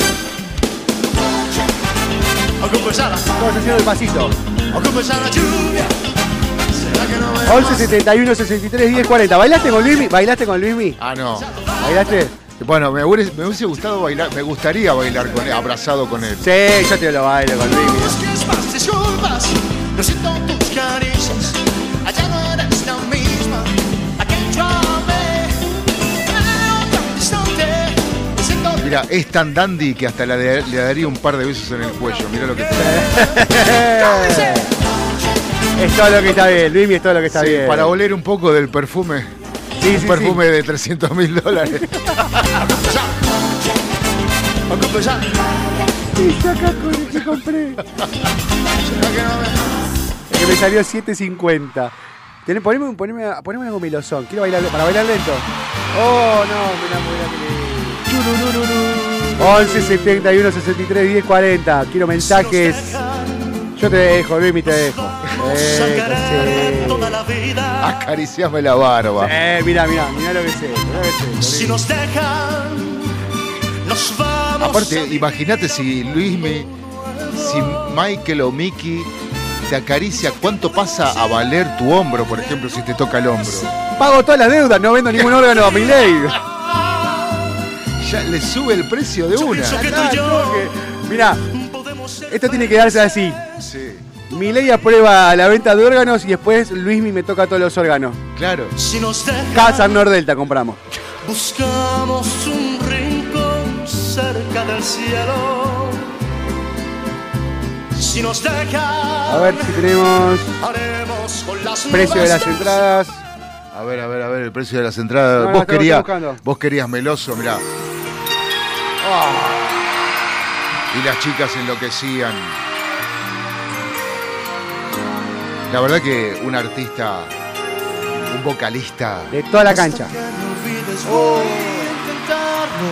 Aunque pesara, Estamos haciendo el pasito. aunque pesara la lluvia, será que no me once setenta y uno sesenta y tres diez cuarenta. ¿Bailaste con Luismi? ¿Bailaste con Luismi? Ah, no. ¿Bailaste? Bueno, me hubiese, me hubiese gustado bailar, me gustaría bailar con él, abrazado con él. Sí, yo te lo bailo con Luismi. busques más disculpas, no siento tus caricias, allá no eres la misma, aquello amé, tan distante, me siento Mira, es tan dandy que hasta le, le daría un par de besos en el cuello. Mira lo que te Es todo lo que está bien, Luismi es todo lo que está Sí, bien. para oler un poco del perfume. Sí, un sí, perfume de trescientos mil dólares. aunque pesara, Sí, saca con el que compré. será que no me... El que me salió siete cincuenta. Tené- Poneme, un- poneme, poneme algo melosón. Quiero bailar, para bailar lento. Oh, no, mirá, mirá que le... once setenta y uno sesenta y tres diez cuarenta. Quiero mensajes. Yo te dejo, Luismi, te dejo. Eh, toda la vida, Acariciame la barba. Eh, mirá, mirá, mirá lo que sé. Mirá lo que sé. si nos dejan, nos vamos. Aparte, imagínate si Luismi, si Michael o Mickey te acaricia, ¿cuánto pasa a valer tu hombro, por ejemplo, si te toca el hombro? Pago todas las deudas, no vendo ningún órgano a mi ley. Ya le sube el precio de una. Que tú y yo Mirá, podemos ser esto tiene que darse así. Sí, Milei aprueba la venta de órganos y después Luismi me toca todos los órganos. claro. si nos dejan. Casa Nordelta compramos. Buscamos un rincón cerca del cielo. Si nos deja, A ver si tenemos haremos con las precio de las nubes entradas. A ver, a ver, a ver, el precio de las entradas. No, no, vos, estoy querías, buscando. vos querías meloso, mirá. Y las chicas enloquecían. La verdad que un artista, un vocalista, De toda la cancha. que no olvides, voy a intentarlo.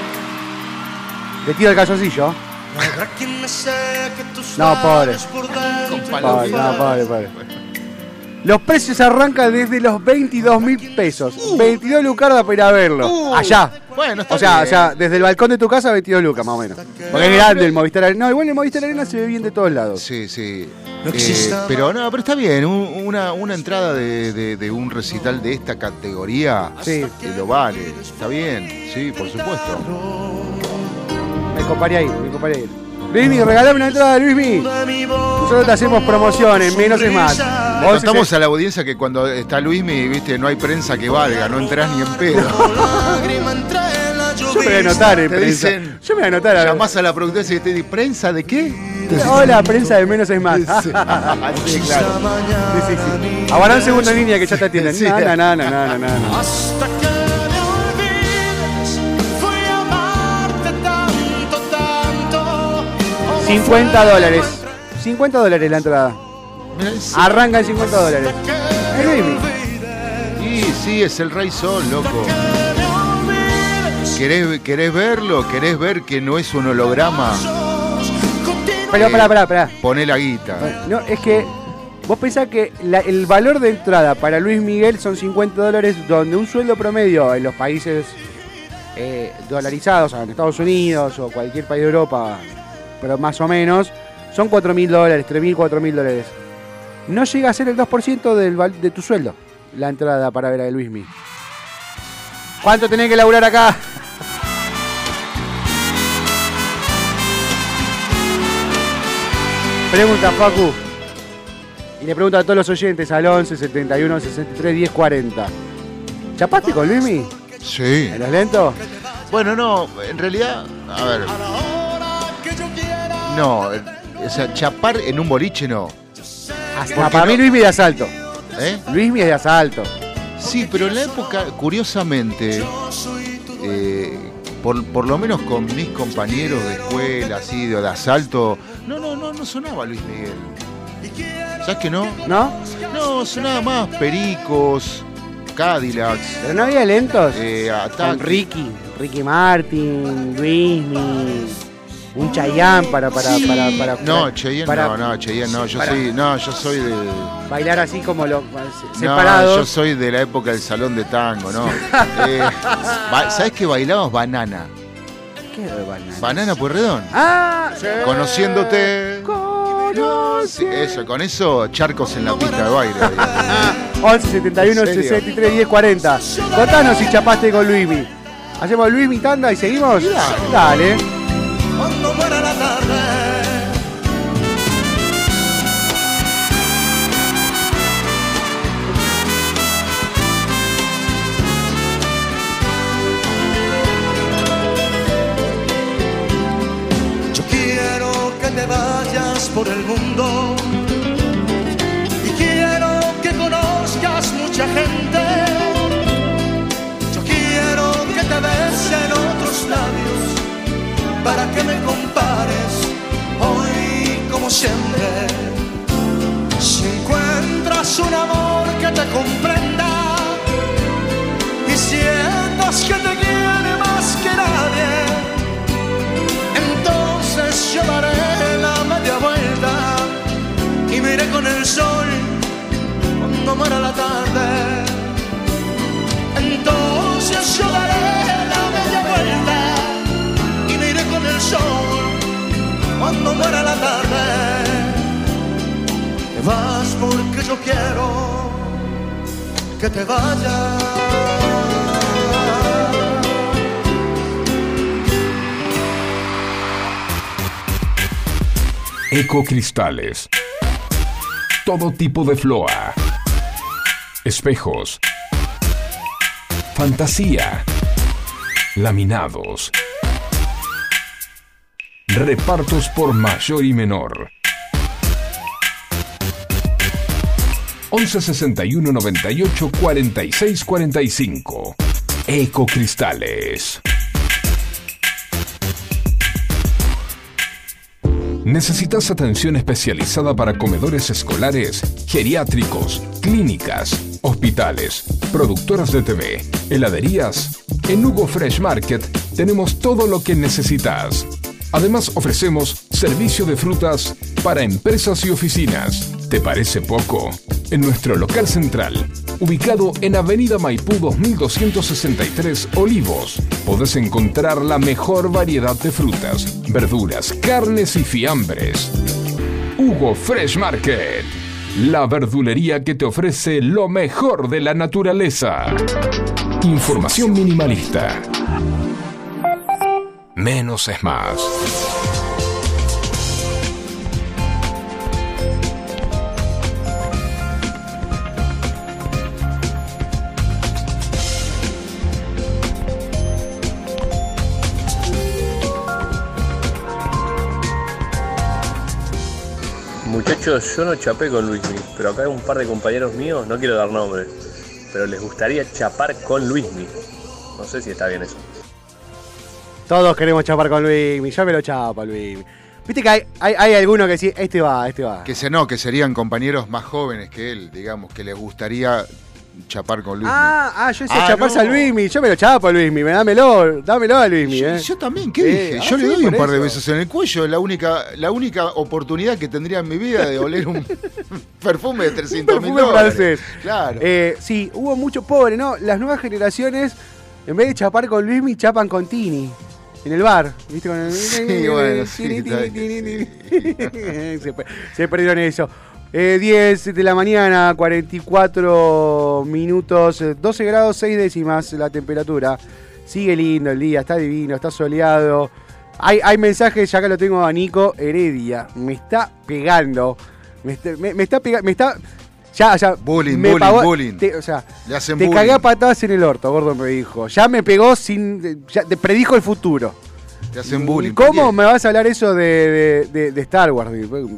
Le tiro el calzoncillo. Habrá quien me seque tus No, pobre. labios por dentro. Con palo. Pobre, no, pobre, pobre. Los precios arrancan desde los veintidós mil pesos. veintidós lucardas para ir a verlo. Uh. Allá. Bueno, está O sea, bien. o sea, desde el balcón de tu casa, veintidós lucas más o menos. Porque es grande el Movistar Arena. No, igual el Movistar Arena se ve bien de todos lados. Sí, sí. No Eh, existe pero no, pero está bien. un- una, una entrada de, de- de un recital de esta categoría Sí. que lo vale. Está bien, sí, por supuesto. Me comparé ahí, me comparé ahí. Luismi, regalame una entrada, Luismi. De mi voz, Nosotros te hacemos promociones, menos es más. Le Vos contamos ese- a la audiencia que cuando está Luismi, viste, no hay prensa que valga, no entras ni en pedo. lágrima entre la Yo me voy a anotar en Te prensa. dicen- Yo me voy a anotar a Llamás a la productora y te dicen, ¿prensa de qué? Hola, prensa de menos es más. Sí, Sí, claro. mañana Sí, sí, sí. Aguardá un segundo en línea que ya te atienden. Sí. No, no, no, no, no, no, no. hasta que me olvides. Fui a amarte tanto, tanto. como cincuenta fuego dólares. entre cincuenta dólares la entrada. Mirá, sí. Arranca en cincuenta dólares. Es Luismi. Y sí, es el Rey Sol, loco. ¿Querés, ¿Querés verlo? ¿Querés ver que no es un holograma? Pero, Eh, pará, pará, pará. Poné la guita. No, es que vos pensás que la- el valor de entrada para Luis Miguel son cincuenta dólares, donde un sueldo promedio en los países eh, dolarizados, o sea, en Estados Unidos o cualquier país de Europa, pero más o menos, son cuatro mil dólares, tres mil, cuatro mil dólares. No llega a ser el dos por ciento del val- de tu sueldo la entrada para ver a Luis Miguel. ¿Cuánto tenés que laburar acá? Pregunta, Facu. Y le pregunto a todos los oyentes al once, setenta y uno, sesenta y tres, diez, cuarenta. ¿Chapaste con Luismi? Sí. ¿En los lentos? Bueno, no, en realidad, a ver. No, eh, o sea, chapar en un boliche no. Ah, para mí Luismi de asalto. ¿Eh? Luismi es de asalto. Sí, pero en la época, curiosamente, eh, por, por lo menos con mis compañeros de escuela, así, de, de asalto, no, no, no, no sonaba Luis Miguel. ¿Sabes que no? ¿No? No, sonaba más Pericos, Cadillacs, Pero no había lentos. eh, Con Ataque. Ricky. Ricky Martin, Luismi. Un Chayanne para, para, Sí. para, para, No, Cheyenne para no, no, Cheyenne no, yo para- soy, no, yo soy de... bailar así como los No, separados. yo soy de la época del salón de tango, ¿no? Eh, ba- ¿Sabes que bailamos Banana? ¿Qué es banana? Banana Pueyrredón. Ah, sí. Conociéndote. Sí, eso, con eso, charcos en la pista de baile. once, setenta y uno, ¿En serio? sesenta y tres, diez, cuarenta. Contanos si chapaste con Luismi. ¿Hacemos Luismi tanda y seguimos? Dale. Dale. Cuando muera la tarde. Yo quiero que te vayas por el mundo y quiero que conozcas mucha gente. Yo quiero que te besen otros labios para que me compares hoy como siempre. Si encuentras un amor que te comprenda y sientas que te quiere más que nadie, entonces yo daré la media vuelta y me iré con el sol cuando muera la tarde. Entonces yo daré la media vuelta y me iré con el sol cuando muera la tarde. Te vas porque yo quiero que te vayas. Ecocristales. Todo tipo de floa. Espejos. Fantasía. Laminados. Repartos por mayor y menor. once sesenta y uno noventa y ocho cuarenta y seis cuarenta y cinco. Ecocristales. ¿Necesitas atención especializada para comedores escolares, geriátricos, clínicas, hospitales, productoras de T V, heladerías? En Hugo Fresh Market tenemos todo lo que necesitas. Además ofrecemos servicio de frutas para empresas y oficinas. ¿Te parece poco? En nuestro local central, ubicado en Avenida Maipú dos mil doscientos sesenta y tres Olivos, podés encontrar la mejor variedad de frutas, verduras, carnes y fiambres. Hugo Fresh Market, la verdulería que te ofrece lo mejor de la naturaleza. Información minimalista. Menos es más. Muchachos, yo no chapé con Luismi, pero acá hay un par de compañeros míos, no quiero dar nombres, pero les gustaría chapar con Luismi. No sé si está bien eso. Todos queremos chapar con Luismi. Ya me lo chapa Luismi. Viste que hay, hay, hay algunos que sí, este va, este va. Que se no, que serían compañeros más jóvenes que él, digamos, que les gustaría chapar con Luismi. Ah, ah, yo decía Ah, chaparse no. a Luismi. Yo me lo chapo a Luismi, me dámelo, dámelo a Luismi. Yo, eh. yo también, ¿qué Eh, dije? ah, Yo le sí, doy un por par de eso. besos en el cuello, la única, la única oportunidad que tendría en mi vida de oler un perfume de trescientos mil Perfume dólares. francés. Claro. Eh, sí, hubo mucho pobre, ¿no? Las nuevas generaciones, en vez de chapar con Luismi, chapan con Tini. En el bar, ¿viste? Con el... Sí, bueno, sí, Tini, está tini, bien, tini, sí. tini. se, per- se perdieron eso. Eh, diez de la mañana, cuarenta y cuatro minutos, eh, doce grados seis décimas la temperatura. Sigue lindo el día, está divino, está soleado. Hay, hay mensajes, ya acá lo tengo a Nico Heredia. Me está pegando. Me está, me, me está pegando. Me está. Ya, ya. Bullying, me bullying, pagó- bullying. te- o sea, Le hacen te bullying. cagué a patadas en el orto, gordo, me dijo. Ya me pegó sin. Ya te predijo el futuro. Te hacen bullying. ¿Cómo ¿Por qué? me vas a hablar eso de, de, de, de Star Wars?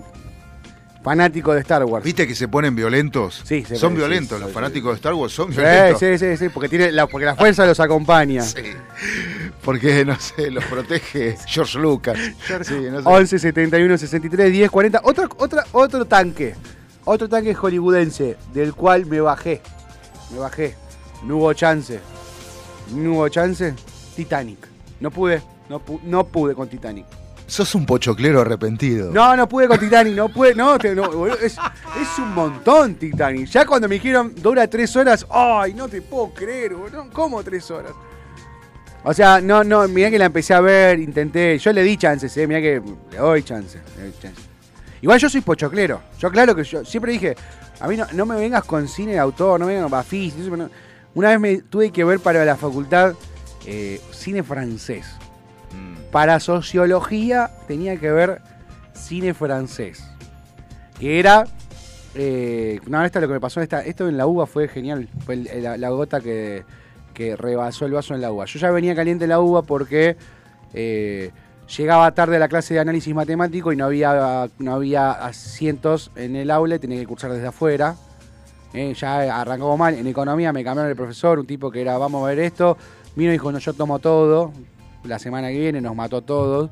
Fanático de Star Wars. ¿Viste que se ponen violentos? Sí, se Son sí, violentos, sí, los sí, fanáticos de Star Wars son Sí, violentos. sí, sí, sí, porque, tiene la, porque la fuerza los acompaña. Sí. Porque, no sé, los protege George Lucas. Sí, no sé. once setenta y uno sesenta y tres diez cuarenta. Otra, otra, otro tanque. Otro tanque hollywoodense del cual me bajé. Me bajé. No hubo chance. No hubo chance. Titanic. No pude. No, pu- no pude con Titanic. Sos un pochoclero arrepentido. No, no pude con Titanic. No pude. No, te- no, boludo, es, es un montón Titanic. Ya cuando me dijeron dura tres horas. Ay, no te puedo creer, boludo. ¿Cómo tres horas? O sea, no, no, mirá que la empecé a ver, intenté. Yo le di chances, eh. Mirá que le doy chances. Le doy chances. Igual yo soy pochoclero. Yo claro que yo siempre dije, a mí no, no me vengas con cine de autor, no me vengas con Bafis. eso no. Una vez me tuve que ver para la facultad eh, cine francés. Mm. Para sociología tenía que ver cine francés. Que era... Eh, no, esto es lo que me pasó. Esta, esto en la uva fue genial. Fue el- la, la gota que, que rebasó el vaso en la uva. Yo ya venía caliente en la uva porque... Eh, llegaba tarde a la clase de análisis matemático y no había, no había asientos en el aula y tenía que cursar desde afuera. Eh, ya arrancamos mal. En economía me cambiaron el profesor, un tipo que era, vamos a ver esto. Vino y dijo, no, yo tomo todo. La semana que viene nos mató a todos.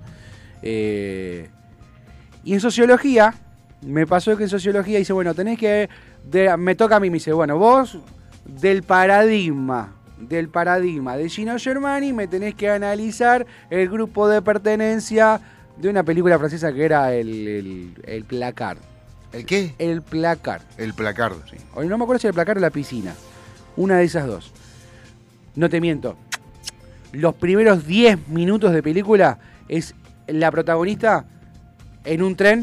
Eh, y en sociología, me pasó que en sociología dice, bueno, tenés que... de- me toca a mí, me dice, bueno, vos del paradigma... del paradigma de Gino Germani me tenés que analizar el grupo de pertenencia de una película francesa que era el, el, el Placard. ¿El qué? El Placard. El placard. Sí. Hoy no me acuerdo si era el Placard o la piscina. Una de esas dos. No te miento. Los primeros diez minutos de película es la protagonista en un tren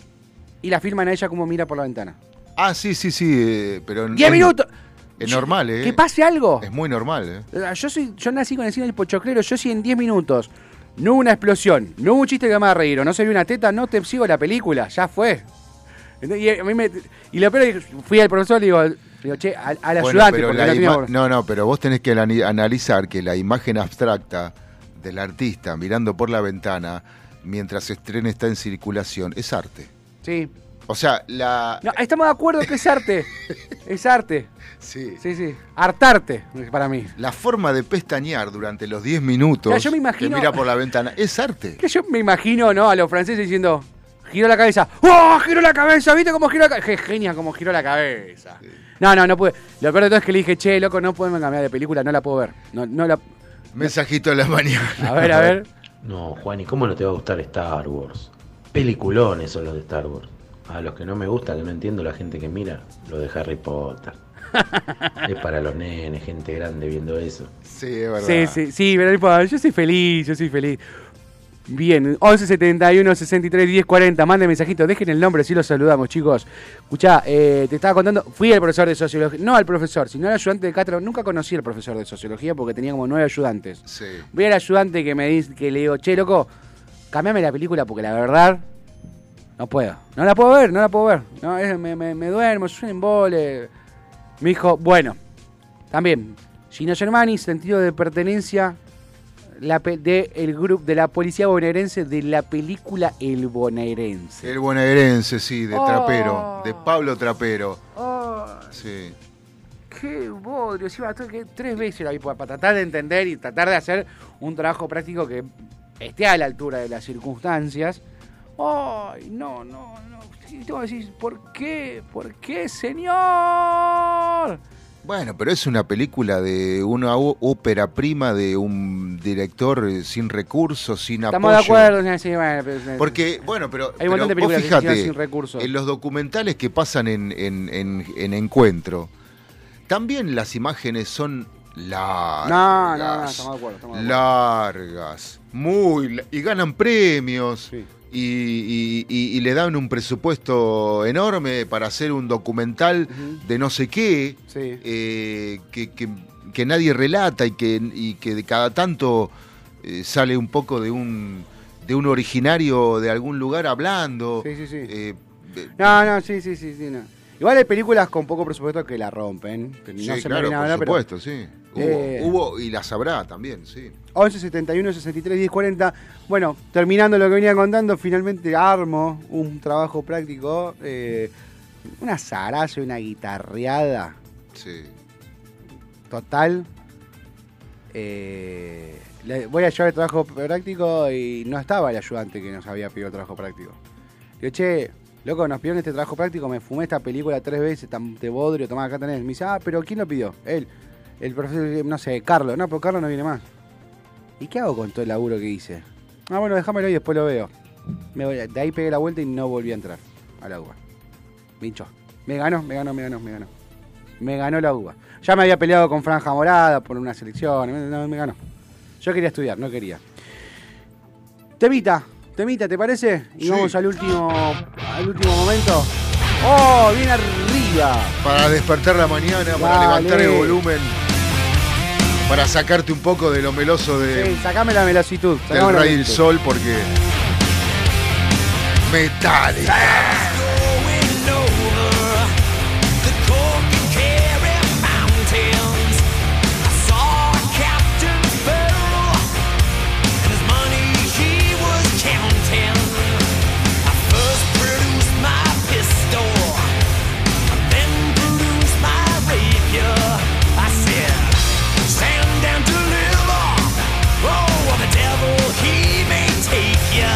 y la filman a ella como mira por la ventana. Ah, sí, sí, sí. eh, pero ¡diez es- minutos! Es normal, ¿eh? Que pase algo. Es muy normal, ¿eh? Yo soy, yo nací con el cine del pochoclero, yo si en diez minutos no hubo una explosión, no hubo un chiste que me haga reír o no se vio una teta, no te sigo la película, ya fue. Y, a mí me, y lo peor es que fui al profesor y digo, digo che, al, al Bueno, ayudante, pero porque la no tenía... ima- no, no, pero vos tenés que ani- analizar que la imagen abstracta del artista mirando por la ventana mientras el tren está en circulación es arte. Sí. O sea, la... No, estamos de acuerdo que es arte. Es arte. Sí. Sí, sí. Artarte, para mí. La forma de pestañear durante los diez minutos O sea, yo me imagino- que mira por la ventana es arte. Que yo me imagino, ¿no? A los franceses diciendo, giró la cabeza. ¡Oh, giró la cabeza! ¿Viste cómo giró la cabeza? Genia, cómo giró la cabeza. No, no, no pude. Lo peor de todo es que le dije, che, loco, no podemos cambiar de película, no la puedo ver. No, no la... Mensajito de la mañana. A ver, a ver. No, Juan, ¿y cómo no te va a gustar Star Wars? Peliculones son los de Star Wars. A los que no me gusta, que no entiendo la gente que mira, lo de Harry Potter. Es para los nenes, gente grande viendo eso. Sí, es verdad. Sí, sí, sí, pero no importa, yo soy feliz, yo soy feliz. Bien, once setenta y uno sesenta y tres diez cuarenta, manden mensajito, dejen el nombre, si los saludamos, chicos. Escuchá, eh, te estaba contando, fui al profesor de sociología, no al profesor, sino al ayudante de cátedra. Nunca conocí al profesor de sociología porque tenía como nueve ayudantes. Sí. Voy al ayudante que me dice, que le digo, che, loco, cambiame la película porque la verdad no puedo. No la puedo ver, no la puedo ver. No, es- me, me, me duermo, es un embole. Me dijo, bueno, también, Gino Germani, sentido de pertenencia la pe- de el grupo de la policía bonaerense de la película El Bonaerense. El bonaerense, sí, de Oh. Trapero, de Pablo Trapero. Oh, Sí. qué bodrio, encima tuve que tres veces la vi para, para tratar de entender y tratar de hacer un trabajo práctico que esté a la altura de las circunstancias, ¡Ay, no, no, no! Y tú decís, ¿por qué? ¿Por qué, señor? Bueno, pero es una película de una ó- ópera prima de un director eh, sin recursos, sin Estamos apoyo. de acuerdo, sí, bueno, pero- Porque, bueno, pero, hay un montón de pero vos películas que se hicieron fíjate, sin recursos. en los documentales que pasan en, en, en, en Encuentro, también las imágenes son largas. No, no, no, estamos de acuerdo. Estamos de acuerdo. Largas, muy... la- y ganan premios. Sí. Y, y- y- y le dan un presupuesto enorme para hacer un documental Ujú. de no sé qué, Sí. eh, que, que- que nadie relata y que, y que de cada tanto eh, sale un poco de un, de un originario de algún lugar hablando. Sí, sí, sí. Eh, eh, No, no, sí, sí, sí, sí, no. Igual hay películas con poco presupuesto que la rompen. Que sí, no se me claro, viene a por hablar, pero supuesto, sí. Hubo, Eh. hubo y las habrá también, sí. once setenta y uno sesenta y tres diez cuarenta. Bueno, terminando lo que venía contando, finalmente armo un trabajo práctico. eh, una zaraza y una guitarreada Sí. total. Eh, le- voy a llevar el trabajo práctico y no estaba el ayudante que nos había pedido el trabajo práctico. Digo, che, loco, nos pidieron este trabajo práctico, me fumé esta película tres veces, tan de bodrio, tomá, acá tenés. Me dice, ah, pero ¿quién lo pidió? Él. El profesor, no sé, Carlos. No, pero Carlos no viene más. ¿Y qué hago con todo el laburo que hice? Ah, bueno, déjamelo y después lo veo. Me voy, de ahí pegué la vuelta y no volví a entrar a la uva. Me hinchó. Me ganó, me ganó, me ganó, me ganó. Me ganó la uva. Ya me había peleado con Franja Morada por una selección. Me, no, me ganó. Yo quería estudiar, no quería. Temita, temita, ¿te parece? Y Sí. vamos al último, al último momento. ¡Oh, bien arriba! Para despertar la mañana, para Dale. levantar el volumen, para sacarte un poco de lo meloso de, Sí, sacame la velocitud. del sacame la Rey del velocitud. Sol, porque Metallica. Going over the cork and carry mountains. I saw Captain Farrell and his money he was counting. I first produced my pistol, then produced my rapier. I said, stand down to live on. Oh, the devil, he may take ya.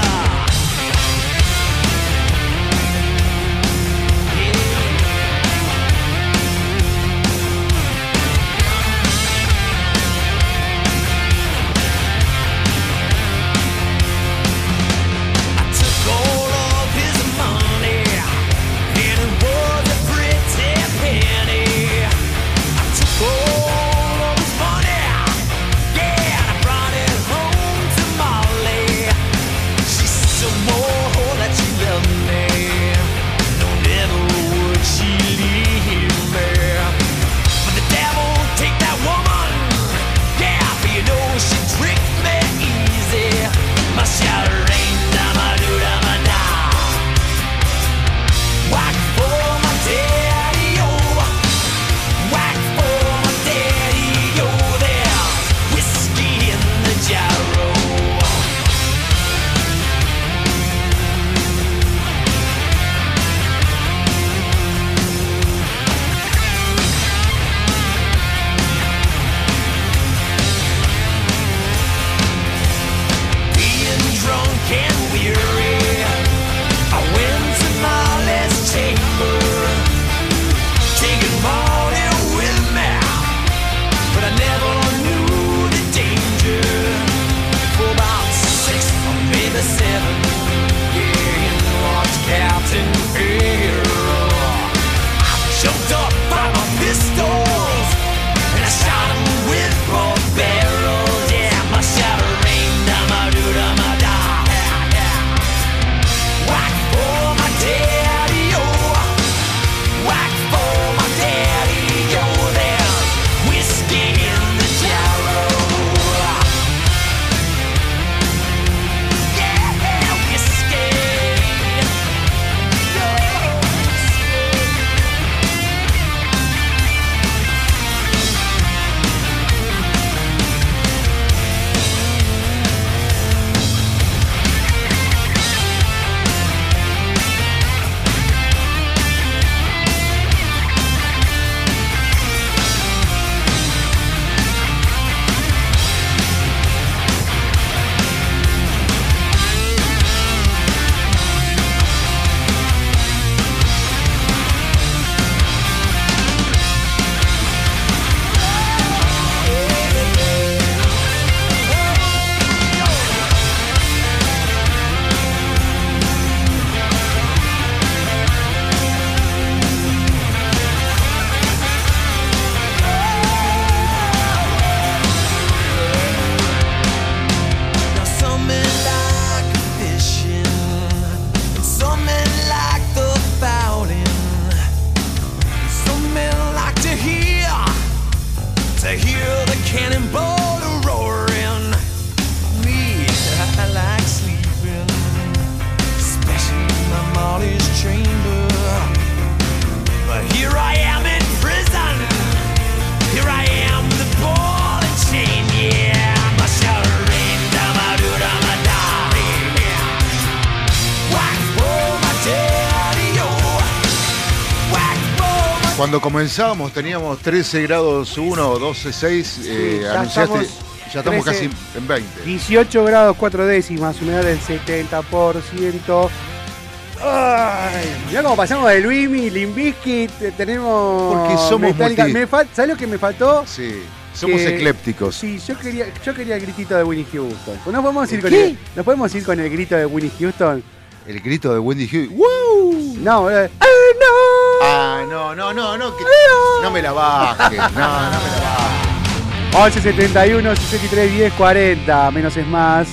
Cuando comenzamos teníamos trece grados uno, doce seis, eh, ya anunciaste, estamos ya estamos trece, casi en veinte. dieciocho grados cuatro décimas, humedad del setenta por ciento. Ay, mirá cómo pasamos de Luismi, Limp Bizkit, tenemos Porque somos Metallica. multi- Me fal- ¿Sabes lo que me faltó? Sí, somos Que- eclépticos. Sí, yo quería, yo quería el gritito de Winnie Houston. ¿No podemos ir con ¿Qué? el, ¿no podemos ir con el grito de Winnie Houston? El grito de Wendy Hughes. ¡Woo! No, eh, ¡ah, no! Ah, no, no, no, no, que- no me la bajes, no, no me la bajes. once setenta y uno, sesenta y tres, diez, cuarenta. Menos es más.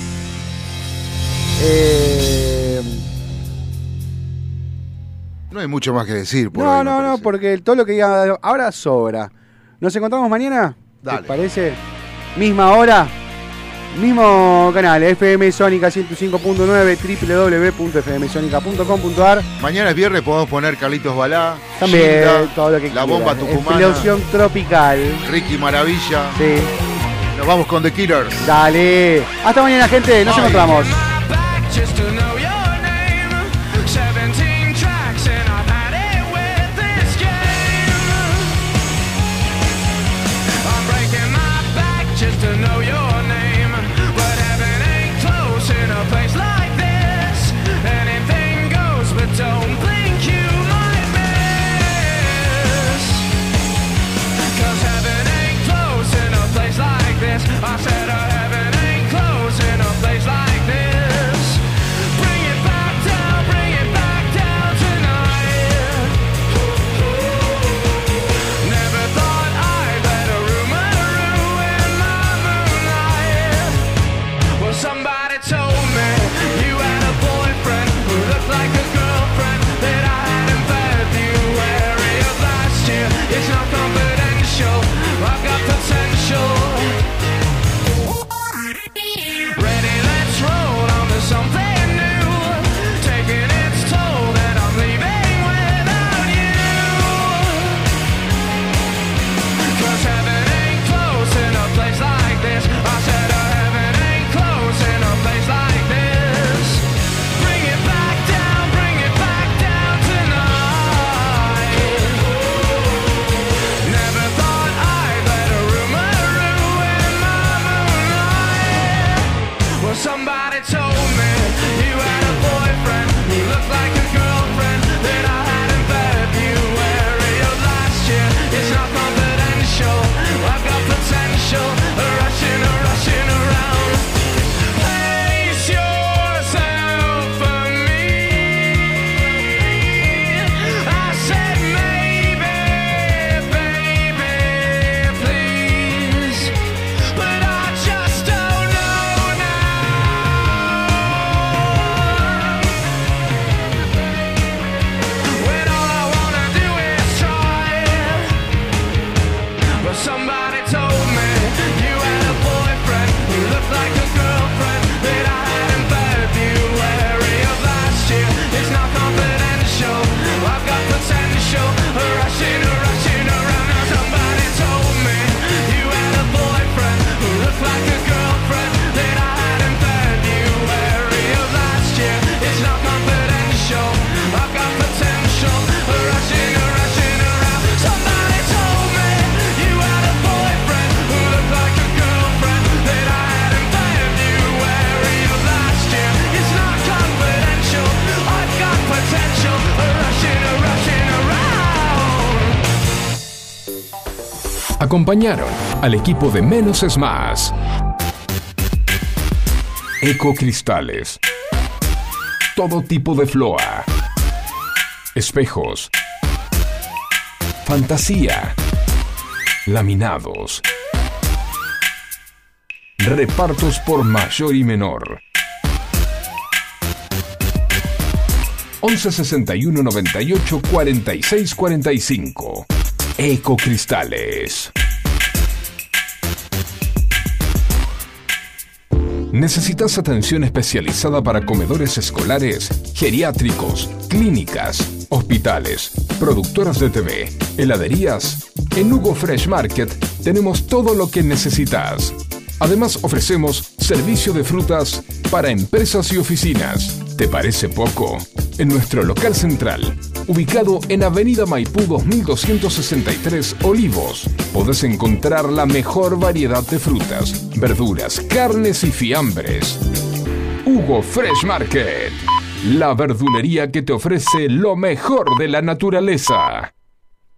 Eh, No hay mucho más que decir. Por no, hoy, me no, no, parece. porque todo lo que diga ahora sobra. ¿Nos encontramos mañana? Dale. ¿Te parece? Misma hora, mismo canal, F M Sónica ciento cinco punto nueve, doble u doble u doble u punto f m sónica punto com punto a r. Mañana es viernes, podemos poner Carlitos Balá, También, Gilda, todo lo que La quieran. Bomba Tucumana, Explosión tropical. Ricky Maravilla. Sí. Nos vamos con The Killers. Dale. Hasta mañana, gente. Nos Bye. encontramos. Just to know your name. seventeen tracks and I've had it with this game. I'm breaking my back just to know your name. But heaven ain't close in a place like this. Anything goes, but don't blink, you might miss. Cause heaven ain't close in a place like this. I said uh, heaven ain't close in a place like this. Bring it back down, bring it back down tonight. Never thought I'd let a rumor ruin my moonlight. Well, somebody told me you had a boyfriend who looked like a girlfriend that I had in February of last year. It's not confidential, I've got potential. Ready, let's roll on to something new. Taking its toll that I'm leaving without you. Cause heaven ain't close in a place like this. I said uh, heaven ain't close in a place like this. Bring it back down, bring it back down tonight. Never thought I'd let a rumor ruin my moonlight. Well, somebody told me you had a boyfriend who looked like a girlfriend that I had in February of last year. It's not confidential, I've got potential, rushing, rushing around. Place yourself for me. I said maybe, baby, please, but I just don't know now. When all I wanna do is try. But somebody told me you had a boyfriend who looked like a girlfriend that I had in February of last year. It's not confidential, I've got potential, rushing, rushing around. Now somebody told me you had a boyfriend who looked like a girlfriend that I had in February of last year. It's not confidential, I've got potential, rushing, rushing around. Somebody told me you had a boyfriend who looked like a girlfriend that I had in February of last year. It's not confidential, I've got potential, rushing, rushing around. Acompañaron al equipo de Menos es Más. Ecocristales. Todo tipo de floa. Espejos. Fantasía. Laminados. Repartos por mayor y menor. once sesenta y uno noventa y ocho cuarenta y seis cuarenta y cinco. Ecocristales. ¿Necesitas atención especializada para comedores escolares, geriátricos, clínicas, hospitales, productoras de T V, heladerías? En Hugo Fresh Market tenemos todo lo que necesitas. Además ofrecemos servicio de frutas para empresas y oficinas. ¿Te parece poco? En nuestro local central, ubicado en Avenida Maipú dos mil doscientos sesenta y tres, Olivos. Podés encontrar la mejor variedad de frutas, verduras, carnes y fiambres. Hugo Fresh Market, la verdulería que te ofrece lo mejor de la naturaleza.